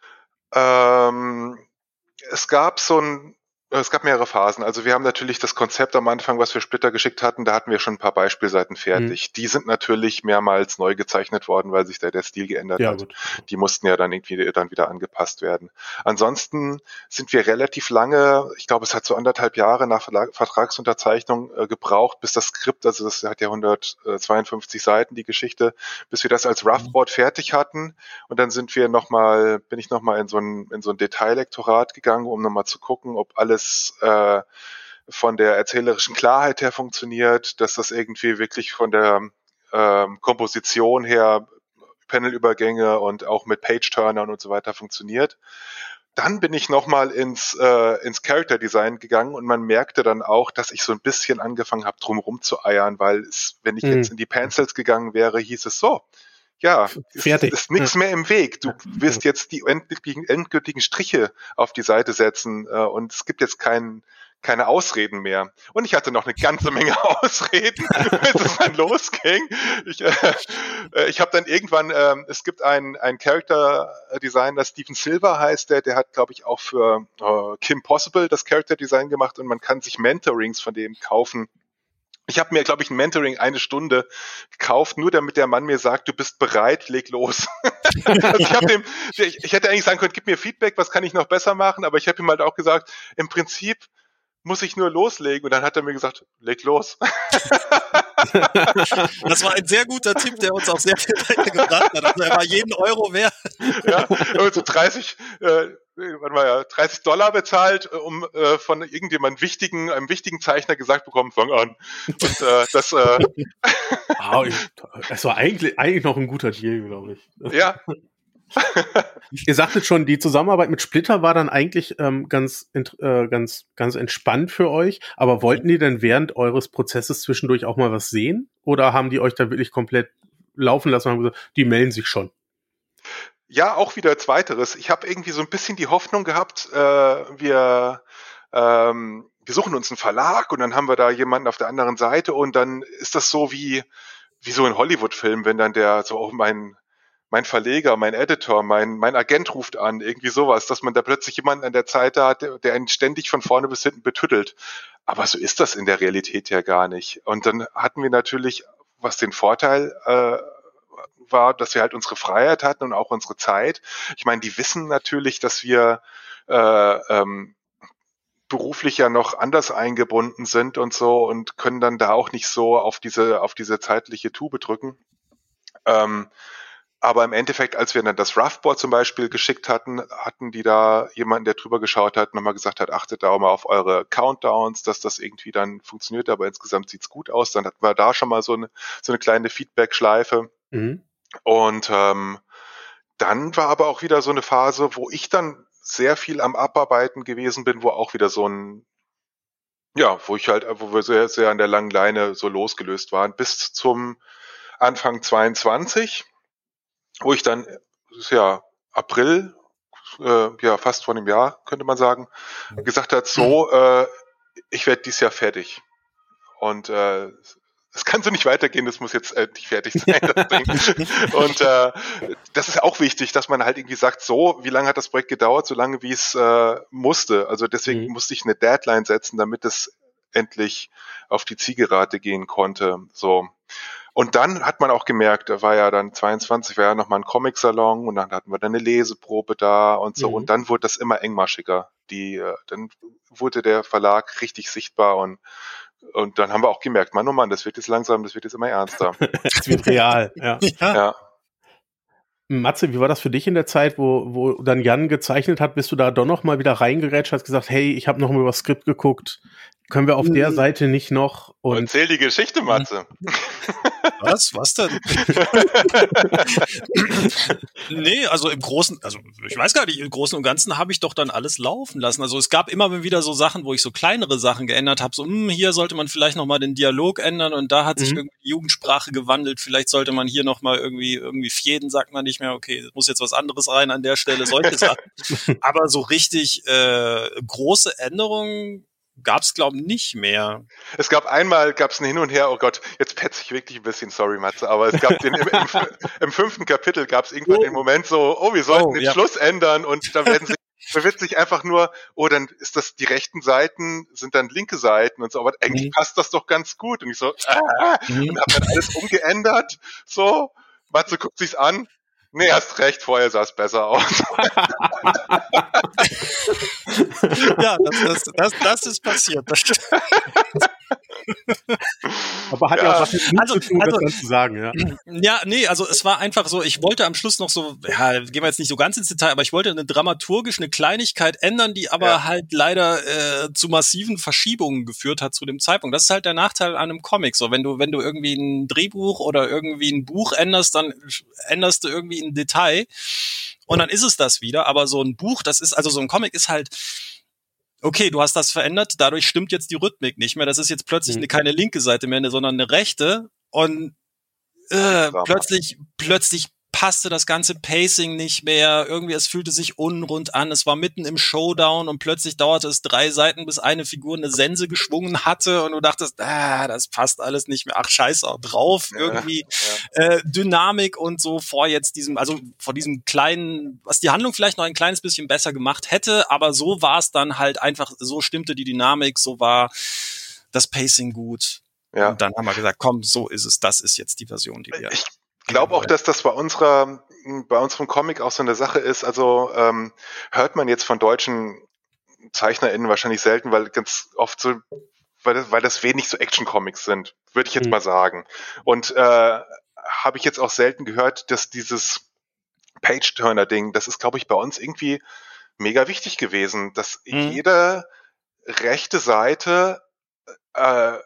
Es gab mehrere Phasen. Also wir haben natürlich das Konzept am Anfang, was wir Splitter geschickt hatten, da hatten wir schon ein paar Beispielseiten fertig. Die sind natürlich mehrmals neu gezeichnet worden, weil sich da der Stil geändert hat. Gut. Die mussten ja dann irgendwie dann wieder angepasst werden. Ansonsten sind wir relativ lange, ich glaube, es hat so 1,5 Jahre nach Vertragsunterzeichnung gebraucht, bis das Skript, also das hat ja 152 Seiten, die Geschichte, bis wir das als Roughboard fertig hatten. Und dann bin ich nochmal in so ein Detaillektorat gegangen, um nochmal zu gucken, ob alles von der erzählerischen Klarheit her funktioniert, dass das irgendwie wirklich von der Komposition her, Panelübergänge und auch mit Page-Turnern und so weiter funktioniert. Dann bin ich nochmal ins Character Design gegangen, und man merkte dann auch, dass ich so ein bisschen angefangen habe, drumherum zu eiern, weil wenn ich jetzt in die Pencils gegangen wäre, hieß es so, ja, es ist nichts mehr im Weg. Du wirst jetzt die endgültigen Striche auf die Seite setzen, und es gibt jetzt keine Ausreden mehr. Und ich hatte noch eine ganze Menge Ausreden, bis es dann losging. Ich habe dann irgendwann, es gibt einen Character-Designer, Steven Silver heißt der hat, glaube ich, auch für Kim Possible das Character-Design gemacht, und man kann sich Mentorings von dem kaufen, Ich habe mir, glaube ich, ein Mentoring 1 Stunde gekauft, nur damit der Mann mir sagt, du bist bereit, leg los. Also ich hätte eigentlich sagen können, gib mir Feedback, was kann ich noch besser machen, aber ich habe ihm halt auch gesagt, im Prinzip muss ich nur loslegen. Und dann hat er mir gesagt, leg los. Das war ein sehr guter Tipp, der uns auch sehr viel weitergebracht hat. Also er war jeden Euro wert. Ja, so 30 $30 bezahlt, um von irgendjemandem einem wichtigen Zeichner gesagt bekommen, fang an. Und das war eigentlich noch ein guter Deal, glaube ich. Ja. Ihr sagtet schon, die Zusammenarbeit mit Splitter war dann eigentlich ganz entspannt für euch, aber wollten die denn während eures Prozesses zwischendurch auch mal was sehen? Oder haben die euch da wirklich komplett laufen lassen und haben gesagt, die melden sich schon? Ja, auch wieder Zweiteres. Ich habe irgendwie so ein bisschen die Hoffnung gehabt, wir suchen uns einen Verlag und dann haben wir da jemanden auf der anderen Seite und dann ist das so wie so ein Hollywood-Film, wenn dann der so, mein Verleger, mein Editor, mein Agent ruft an, irgendwie sowas, dass man da plötzlich jemanden an der Seite hat, der einen ständig von vorne bis hinten betüttelt. Aber so ist das in der Realität ja gar nicht. Und dann hatten wir natürlich, was den Vorteil war, dass wir halt unsere Freiheit hatten und auch unsere Zeit. Ich meine, die wissen natürlich, dass wir beruflich ja noch anders eingebunden sind und so und können dann da auch nicht so auf diese zeitliche Tube drücken. Aber im Endeffekt, als wir dann das Roughboard zum Beispiel geschickt hatten die da jemanden, der drüber geschaut hat, nochmal gesagt hat, achtet da auch mal auf eure Countdowns, dass das irgendwie dann funktioniert, aber insgesamt sieht's gut aus. Dann hatten wir da schon mal so eine kleine Feedback-Schleife. Mhm. Und dann war aber auch wieder so eine Phase, wo ich dann sehr viel am Abarbeiten gewesen bin, wo auch wieder wo wir sehr, sehr an der langen Leine so losgelöst waren, bis zum Anfang 22, wo ich dann, April, fast vor einem Jahr, könnte man sagen, gesagt hat, ich werde dieses Jahr fertig. Und es kann so nicht weitergehen, das muss jetzt endlich fertig sein, das Ding. Und das ist auch wichtig, dass man halt irgendwie sagt, wie lange hat das Projekt gedauert, so lange wie es musste. Also deswegen musste ich eine Deadline setzen, damit es endlich auf die Zielgerade gehen konnte. So. Und dann hat man auch gemerkt, da war ja dann 22, war ja nochmal ein Comic-Salon und dann hatten wir dann eine Leseprobe da und so. Und dann wurde das immer engmaschiger. Dann wurde der Verlag richtig sichtbar und dann haben wir auch gemerkt, Mann, oh Mann, das wird jetzt immer ernster. Es wird real, ja. Ja. Matze, wie war das für dich in der Zeit, wo dann Jan gezeichnet hat? Bist du da doch noch mal wieder reingerätscht, hast gesagt, hey, ich habe noch mal über das Skript geguckt, können wir auf der Seite nicht noch? Und erzähl die Geschichte, Matze. Was denn? Nee, also ich weiß gar nicht, im Großen und Ganzen habe ich doch dann alles laufen lassen. Also es gab immer wieder so Sachen, wo ich so kleinere Sachen geändert habe, so hier sollte man vielleicht noch mal den Dialog ändern und da hat sich irgendwie die Jugendsprache gewandelt, vielleicht sollte man hier noch mal irgendwie Fjeden sagt man nicht mehr, okay, muss jetzt was anderes rein an der Stelle, solche Sachen. Aber so richtig große Änderungen gab's, glaube ich, nicht mehr. Es gab ein Hin und Her, oh Gott, jetzt petze ich wirklich ein bisschen, sorry Matze, aber es gab im 5. Kapitel gab es irgendwann den Moment so, wir sollten den Schluss ändern und da wird sich einfach nur, dann ist das, die rechten Seiten sind dann linke Seiten und so, aber eigentlich passt das doch ganz gut. Und ich so, und hab dann alles umgeändert, so, Matze guckt sich's an, nee, hast recht, vorher sah es besser aus. Ja, das ist passiert. Das stimmt. Aber hat ja auch was mit zu tun, das dann zu sagen, ja. Ja, nee, also es war einfach so, ich wollte am Schluss noch so, gehen wir jetzt nicht so ganz ins Detail, aber ich wollte eine Kleinigkeit ändern, die aber halt leider zu massiven Verschiebungen geführt hat zu dem Zeitpunkt. Das ist halt der Nachteil an einem Comic. So, wenn du irgendwie ein Drehbuch oder irgendwie ein Buch änderst, dann änderst du irgendwie ein Detail und dann ist es das wieder. Aber so ein Buch, so ein Comic ist halt, okay, du hast das verändert, dadurch stimmt jetzt die Rhythmik nicht mehr. Das ist jetzt plötzlich keine linke Seite mehr, sondern eine rechte. Und plötzlich passte das ganze Pacing nicht mehr. Irgendwie, es fühlte sich unrund an. Es war mitten im Showdown und plötzlich dauerte es 3 Seiten, bis eine Figur eine Sense geschwungen hatte und du dachtest, das passt alles nicht mehr. Ach, scheiß auch drauf. Irgendwie Dynamik und so vor diesem kleinen, was die Handlung vielleicht noch ein kleines bisschen besser gemacht hätte, aber so war es dann halt einfach, so stimmte die Dynamik, so war das Pacing gut. Ja. Und dann haben wir gesagt, komm, so ist es, das ist jetzt die Version, die wir... Ich glaube auch, dass das bei unserem Comic auch so eine Sache ist. Also hört man jetzt von deutschen ZeichnerInnen wahrscheinlich selten, weil ganz oft so, weil das wenig so Action-Comics sind, würde ich jetzt mal sagen. Und habe ich jetzt auch selten gehört, dass dieses Page-Turner-Ding, das ist, glaube ich, bei uns irgendwie mega wichtig gewesen, dass jede rechte Seite ein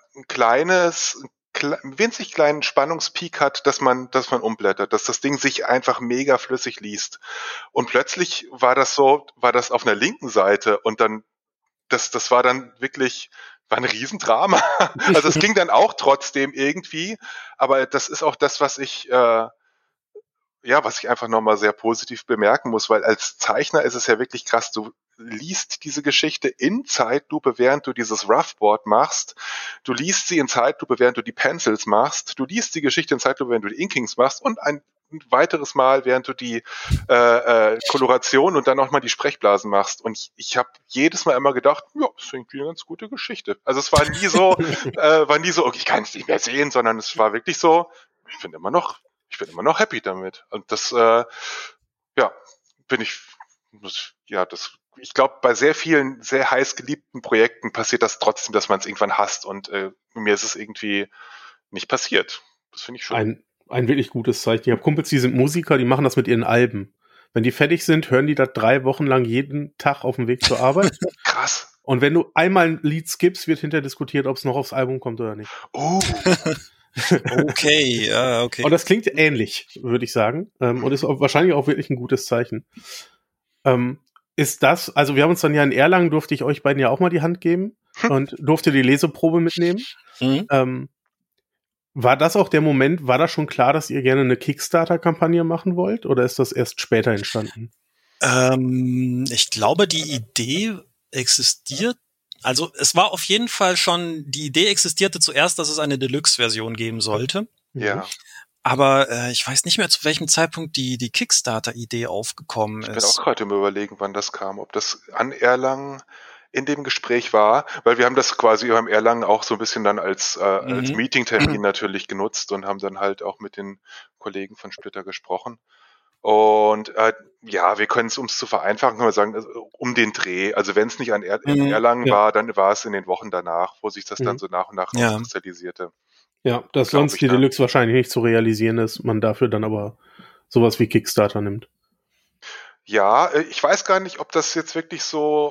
winzig kleinen Spannungspeak hat, dass man umblättert, dass das Ding sich einfach mega flüssig liest. Und plötzlich war das auf einer linken Seite und dann, das war dann wirklich, war ein Riesendrama. Also es ging dann auch trotzdem irgendwie, aber das ist auch das, was ich einfach nochmal sehr positiv bemerken muss, weil als Zeichner ist es ja wirklich krass, du liest diese Geschichte in Zeitlupe, während du dieses Roughboard machst. Du liest sie in Zeitlupe, während du die Pencils machst. Du liest die Geschichte in Zeitlupe, während du die Inkings machst und ein weiteres Mal, während du die Koloration und dann nochmal die Sprechblasen machst. Und ich habe jedes Mal immer gedacht, ja, das ist irgendwie eine ganz gute Geschichte. Also es war nie so, okay, ich kann es nicht mehr sehen, sondern es war wirklich so, ich bin immer noch happy damit. Und das, ich glaube, bei sehr vielen, sehr heiß geliebten Projekten passiert das trotzdem, dass man es irgendwann hasst. Und mir ist es irgendwie nicht passiert. Das finde ich schön. Ein wirklich gutes Zeichen. Ich habe Kumpels, die sind Musiker, die machen das mit ihren Alben. Wenn die fertig sind, hören die das 3 Wochen lang jeden Tag auf dem Weg zur Arbeit. Krass. Und wenn du einmal ein Lied skippst, wird hinterher diskutiert, ob es noch aufs Album kommt oder nicht. Oh. Okay, okay. Und das klingt ähnlich, würde ich sagen. Und ist wahrscheinlich auch wirklich ein gutes Zeichen. Ist das, also wir haben uns dann ja in Erlangen, durfte ich euch beiden ja auch mal die Hand geben und durfte die Leseprobe mitnehmen. War das auch der Moment, war das schon klar, dass ihr gerne eine Kickstarter-Kampagne machen wollt? Oder ist das erst später entstanden? Ich glaube, die Idee existiert. Also es war auf jeden Fall schon, die Idee existierte zuerst, dass es eine Deluxe-Version geben sollte. Ja. Aber ich weiß nicht mehr, zu welchem Zeitpunkt die Kickstarter-Idee aufgekommen ist. Ich bin auch gerade im Überlegen, wann das kam. Ob das an Erlangen in dem Gespräch war, weil wir haben das quasi beim Erlangen auch so ein bisschen dann als Meeting-Termin natürlich genutzt und haben dann halt auch mit den Kollegen von Splitter gesprochen. Und wir können es, um es zu vereinfachen, können wir sagen, um den Dreh. Also wenn es nicht in Erlangen war, dann war es in den Wochen danach, wo sich das dann so nach und nach rauskristallisierte. Ja, dass sonst die Deluxe wahrscheinlich nicht zu realisieren ist, man dafür dann aber sowas wie Kickstarter nimmt. Ja, ich weiß gar nicht, ob das jetzt wirklich so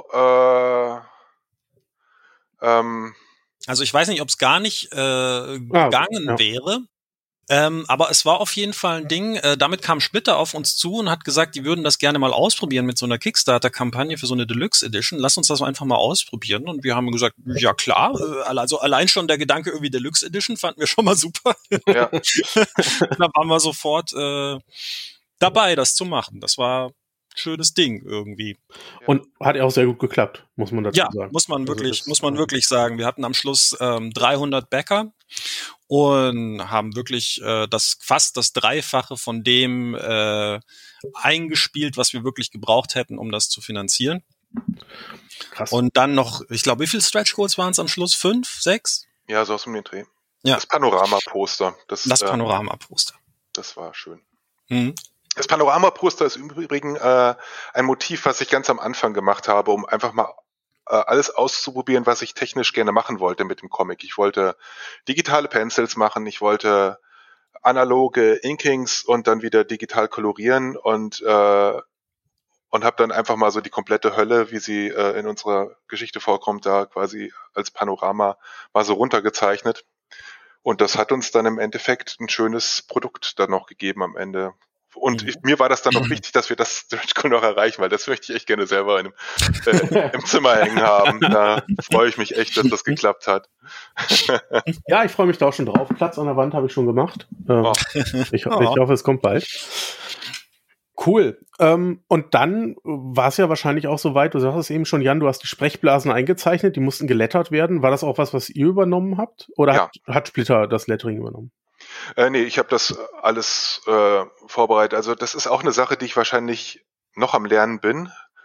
also ich weiß nicht, ob es gar nicht gegangen wäre. Aber es war auf jeden Fall ein Ding, damit kam Splitter auf uns zu und hat gesagt, die würden das gerne mal ausprobieren mit so einer Kickstarter-Kampagne für so eine Deluxe Edition. Lass uns das einfach mal ausprobieren. Und wir haben gesagt, ja klar, also allein schon der Gedanke irgendwie Deluxe Edition fanden wir schon mal super. Ja. Da waren wir sofort dabei, das zu machen. Das war ein schönes Ding irgendwie. Und hat ja auch sehr gut geklappt, muss man dazu sagen. Ja, muss man wirklich sagen. Wir hatten am Schluss 300 Backer und haben wirklich fast das Dreifache von dem eingespielt, was wir wirklich gebraucht hätten, um das zu finanzieren. Krass. Und dann noch, ich glaube, wie viele Stretch Goals waren es am Schluss? 5, 6? Ja, so aus dem Dreh. Ja. Das Panorama-Poster. Das Panorama-Poster. Das war schön. Das Panorama-Poster ist im Übrigen ein Motiv, was ich ganz am Anfang gemacht habe, um einfach mal alles auszuprobieren, was ich technisch gerne machen wollte mit dem Comic. Ich wollte digitale Pencils machen, ich wollte analoge Inkings und dann wieder digital kolorieren und habe dann einfach mal so die komplette Hölle, wie sie in unserer Geschichte vorkommt, da quasi als Panorama mal so runtergezeichnet. Und das hat uns dann im Endeffekt ein schönes Produkt dann noch gegeben am Ende. Und mir war das dann noch wichtig, dass wir das Stretch Goal noch erreichen, weil das möchte ich echt gerne selber im Zimmer hängen haben. Da freue ich mich echt, dass das geklappt hat. Ja, ich freue mich da auch schon drauf. Platz an der Wand habe ich schon gemacht. Ich hoffe, es kommt bald. Cool. Und dann war es ja wahrscheinlich auch soweit, du sagst es eben schon, Jan, du hast die Sprechblasen eingezeichnet, die mussten gelettert werden. War das auch was ihr übernommen habt? Oder hat Splitter das Lettering übernommen? Nee, ich habe das alles vorbereitet. Also das ist auch eine Sache, die ich wahrscheinlich noch am Lernen bin.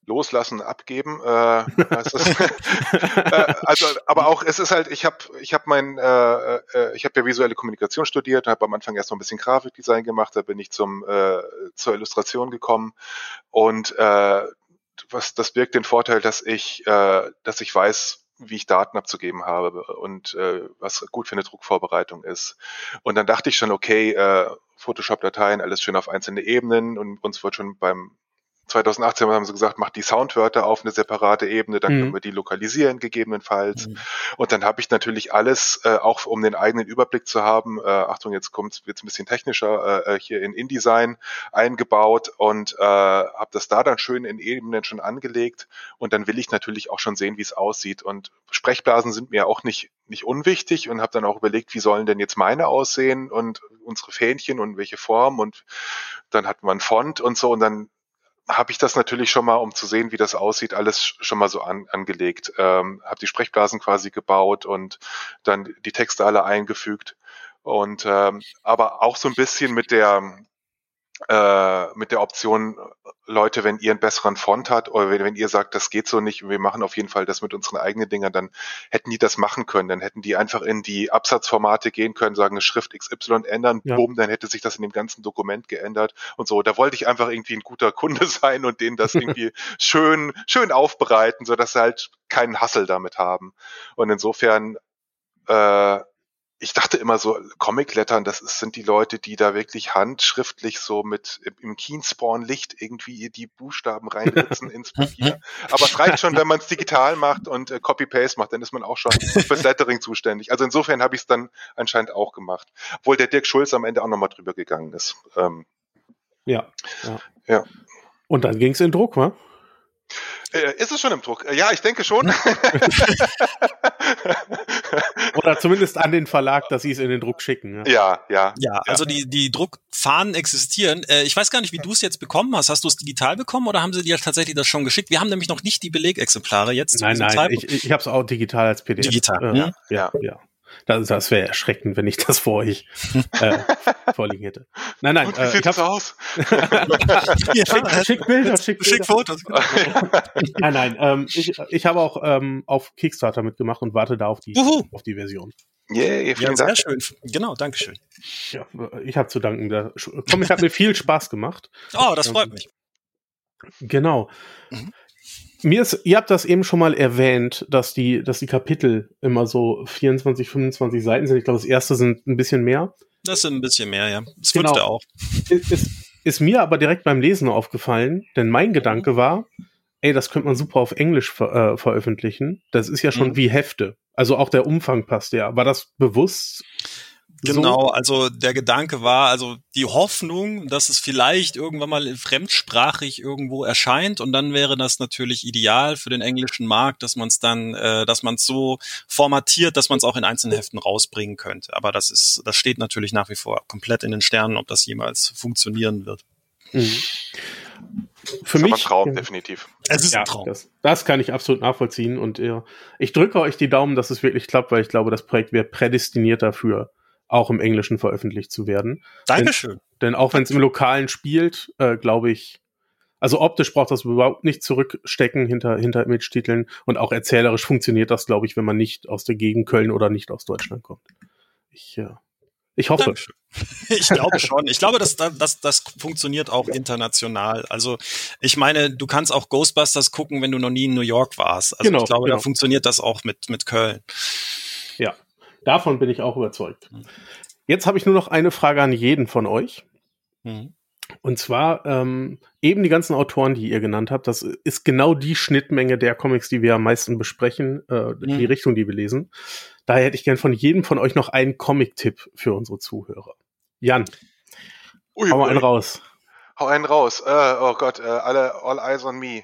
loslassen, abgeben. Also, aber auch es ist halt, ich habe ja visuelle Kommunikation studiert und habe am Anfang erst mal ein bisschen Grafikdesign gemacht, da bin ich zur Illustration gekommen und das birgt den Vorteil, dass ich weiß, wie ich Daten abzugeben habe und was gut für eine Druckvorbereitung ist. Und dann dachte ich schon, okay, Photoshop-Dateien, alles schön auf einzelne Ebenen und uns wird schon beim 2018 haben sie gesagt, macht die Soundwörter auf eine separate Ebene, dann können wir die lokalisieren gegebenenfalls. Und dann habe ich natürlich alles, auch um den eigenen Überblick zu haben, Achtung, jetzt wird's ein bisschen technischer, hier in InDesign eingebaut und habe das da dann schön in Ebenen schon angelegt. Und dann will ich natürlich auch schon sehen, wie es aussieht. Und Sprechblasen sind mir auch nicht unwichtig und habe dann auch überlegt, wie sollen denn jetzt meine aussehen und unsere Fähnchen und welche Form. Und dann hatten wir einen Font und so und dann habe ich das natürlich schon mal, um zu sehen, wie das aussieht, alles schon mal so angelegt. Habe die Sprechblasen quasi gebaut und dann die Texte alle eingefügt. Und aber auch so ein bisschen mit der Option, Leute, wenn ihr einen besseren Font habt oder wenn ihr sagt, das geht so nicht, wir machen auf jeden Fall das mit unseren eigenen Dingern, dann hätten die das machen können. Dann hätten die einfach in die Absatzformate gehen können, sagen, eine Schrift XY ändern, boom, dann hätte sich das in dem ganzen Dokument geändert und so. Da wollte ich einfach irgendwie ein guter Kunde sein und denen das irgendwie schön aufbereiten, sodass sie halt keinen Hassel damit haben. Und insofern ich dachte immer so, Comic-Lettern, sind die Leute, die da wirklich handschriftlich so mit im Keenspawn-Licht irgendwie die Buchstaben reinritzen ins Papier. Aber es reicht schon, wenn man es digital macht und Copy-Paste macht, dann ist man auch schon fürs Lettering zuständig. Also insofern habe ich es dann anscheinend auch gemacht. Obwohl der Dirk Schulz am Ende auch nochmal drüber gegangen ist. Ja. Ja. Und dann ging es in Druck, wa? Ist es schon im Druck? Ja, ich denke schon. Oder zumindest an den Verlag, dass sie es in den Druck schicken. Ja. Ja, also die Druckfahnen existieren. Ich weiß gar nicht, wie du es jetzt bekommen hast. Hast du es digital bekommen oder haben sie dir tatsächlich das schon geschickt? Wir haben nämlich noch nicht die Belegexemplare jetzt. Nein, ich habe es auch digital als PDF. Digital. Ja. Das wäre erschreckend, wenn ich das vor euch vorliegen hätte. Nein. Und wie sieht das aus? Schick Bilder. Schick Fotos. Nein. Ich habe auch auf Kickstarter mitgemacht und warte da auf die Version. Yeah, vielen Dank. Sehr schön. Genau, dankeschön. Ja, ich habe zu danken. Der Comic hat mir viel Spaß gemacht. Oh, das freut mich. Genau. Ihr habt das eben schon mal erwähnt, dass die Kapitel immer so 24, 25 Seiten sind. Ich glaube, das erste sind ein bisschen mehr. Das sind ein bisschen mehr, ja. Das fünfte auch. Ist mir aber direkt beim Lesen aufgefallen, denn mein Gedanke war, das könnte man super auf Englisch veröffentlichen. Das ist ja schon wie Hefte. Also auch der Umfang passt ja. War das bewusst? Genau, also der Gedanke war, also die Hoffnung, dass es vielleicht irgendwann mal fremdsprachig irgendwo erscheint und dann wäre das natürlich ideal für den englischen Markt, dass man es dann, dass man es so formatiert, dass man es auch in einzelnen Heften rausbringen könnte. Aber das steht natürlich nach wie vor komplett in den Sternen, ob das jemals funktionieren wird. Für mich ein Traum, definitiv. Es ist ein Traum. Das kann ich absolut nachvollziehen und ich drücke euch die Daumen, dass es wirklich klappt, weil ich glaube, das Projekt wäre prädestiniert dafür, auch im Englischen veröffentlicht zu werden. Dankeschön. Denn auch wenn es im Lokalen spielt, glaube ich, also optisch braucht das überhaupt nicht zurückstecken hinter Image-Titeln und auch erzählerisch funktioniert das, glaube ich, wenn man nicht aus der Gegend Köln oder nicht aus Deutschland kommt. Ich hoffe. Dankeschön. Ich glaube schon. Ich glaube, dass das funktioniert auch international. Also ich meine, du kannst auch Ghostbusters gucken, wenn du noch nie in New York warst. Also ich glaube, da funktioniert das auch mit Köln. Ja. Davon bin ich auch überzeugt. Jetzt habe ich nur noch eine Frage an jeden von euch. Und zwar eben die ganzen Autoren, die ihr genannt habt, das ist genau die Schnittmenge der Comics, die wir am meisten besprechen, die Richtung, die wir lesen. Daher hätte ich gern von jedem von euch noch einen Comic-Tipp für unsere Zuhörer. Jan, hau mal einen raus. Hau einen raus. Oh Gott, all eyes on me.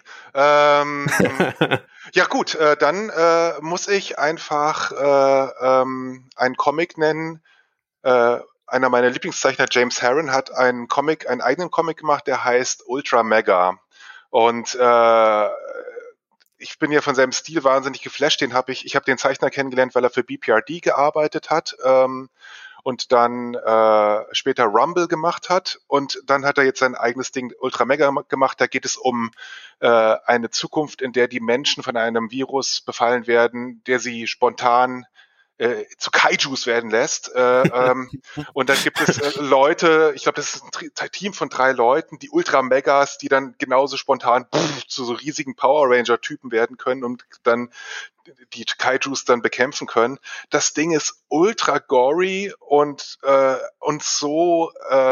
Ja gut, dann muss ich einfach einen Comic nennen. Einer meiner Lieblingszeichner, James Harren, hat einen eigenen Comic gemacht, der heißt Ultra Mega. Und ich bin ja von seinem Stil wahnsinnig geflasht. Ich habe den Zeichner kennengelernt, weil er für BPRD gearbeitet hat. und dann später Rumble gemacht hat und dann hat er jetzt sein eigenes Ding Ultra Mega gemacht. Da geht es um eine Zukunft, in der die Menschen von einem Virus befallen werden, der sie spontan zu Kaijus werden lässt. Und dann gibt es Leute, ich glaube, das ist ein Team von 3 Leuten, die Ultra-Megas, die dann genauso spontan zu so riesigen Power Ranger-Typen werden können und dann die Kaijus dann bekämpfen können. Das Ding ist ultra gory und so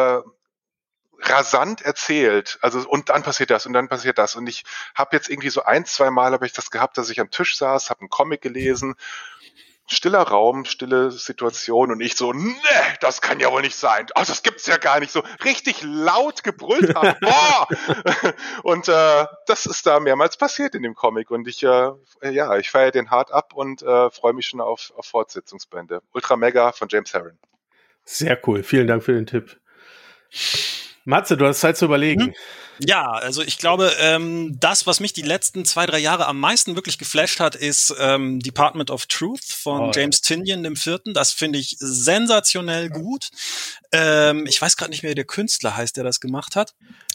rasant erzählt, also und dann passiert das und dann passiert das und ich habe jetzt irgendwie so 1-2 Mal habe ich das gehabt, dass ich am Tisch saß, habe einen Comic gelesen, stiller Raum, stille Situation und ich so, nee, das kann ja wohl nicht sein. Oh, das gibt's ja gar nicht. So richtig laut gebrüllt habe. Boah! Und das ist da mehrmals passiert in dem Comic und ich feiere den hart ab und freue mich schon auf Fortsetzungsbände. Ultra Mega von James Harren. Sehr cool. Vielen Dank für den Tipp. Matze, du hast Zeit zu überlegen. Ja, also ich glaube, das, was mich die letzten 2-3 Jahre am meisten wirklich geflasht hat, ist Department of Truth von James Tynion dem 4. Das finde ich sensationell gut. Ich weiß gerade nicht mehr, wie der Künstler heißt, der das gemacht hat.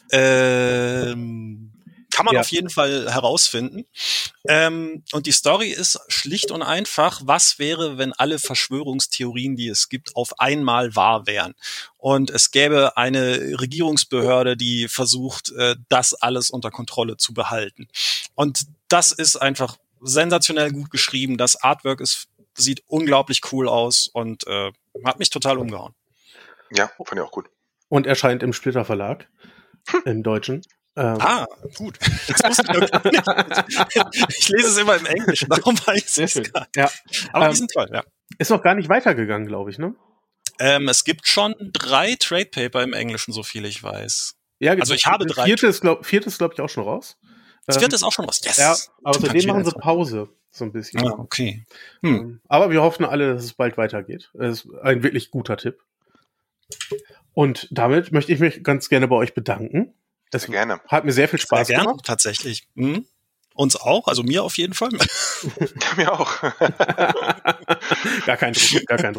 Kann man auf jeden Fall herausfinden. Und die Story ist schlicht und einfach, was wäre, wenn alle Verschwörungstheorien, die es gibt, auf einmal wahr wären? Und es gäbe eine Regierungsbehörde, die versucht, das alles unter Kontrolle zu behalten. Und das ist einfach sensationell gut geschrieben. Das Artwork sieht unglaublich cool aus und hat mich total umgehauen. Ja, fand ich auch gut. Und erscheint im Splitter Verlag, im Deutschen. Gut. Das wusste ich noch gar nicht. Ich lese es immer im Englischen, darum weiß ich es gar nicht. Ja. Aber die sind toll, ja. Ist noch gar nicht weitergegangen, glaube ich, ne? Es gibt schon 3 Trade Paper im Englischen, so viel ich weiß. Ja, also ich habe 3. Vierte ist, glaube ich, auch schon raus. Das 4. ist auch schon raus. Yes. Ja, aber seitdem machen sie Pause, so ein bisschen. Ah, okay. Aber wir hoffen alle, dass es bald weitergeht. Es ist ein wirklich guter Tipp. Und damit möchte ich mich ganz gerne bei euch bedanken. Sehr gerne. Hat mir sehr viel Spaß sehr gerne, gemacht. Tatsächlich. Uns auch, also mir auf jeden Fall. Mir auch. Gar kein Druck.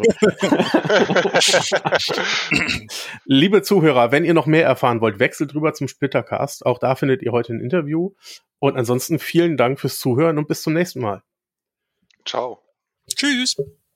Liebe Zuhörer, wenn ihr noch mehr erfahren wollt, wechselt rüber zum Splittercast. Auch da findet ihr heute ein Interview. Und ansonsten vielen Dank fürs Zuhören und bis zum nächsten Mal. Ciao. Tschüss.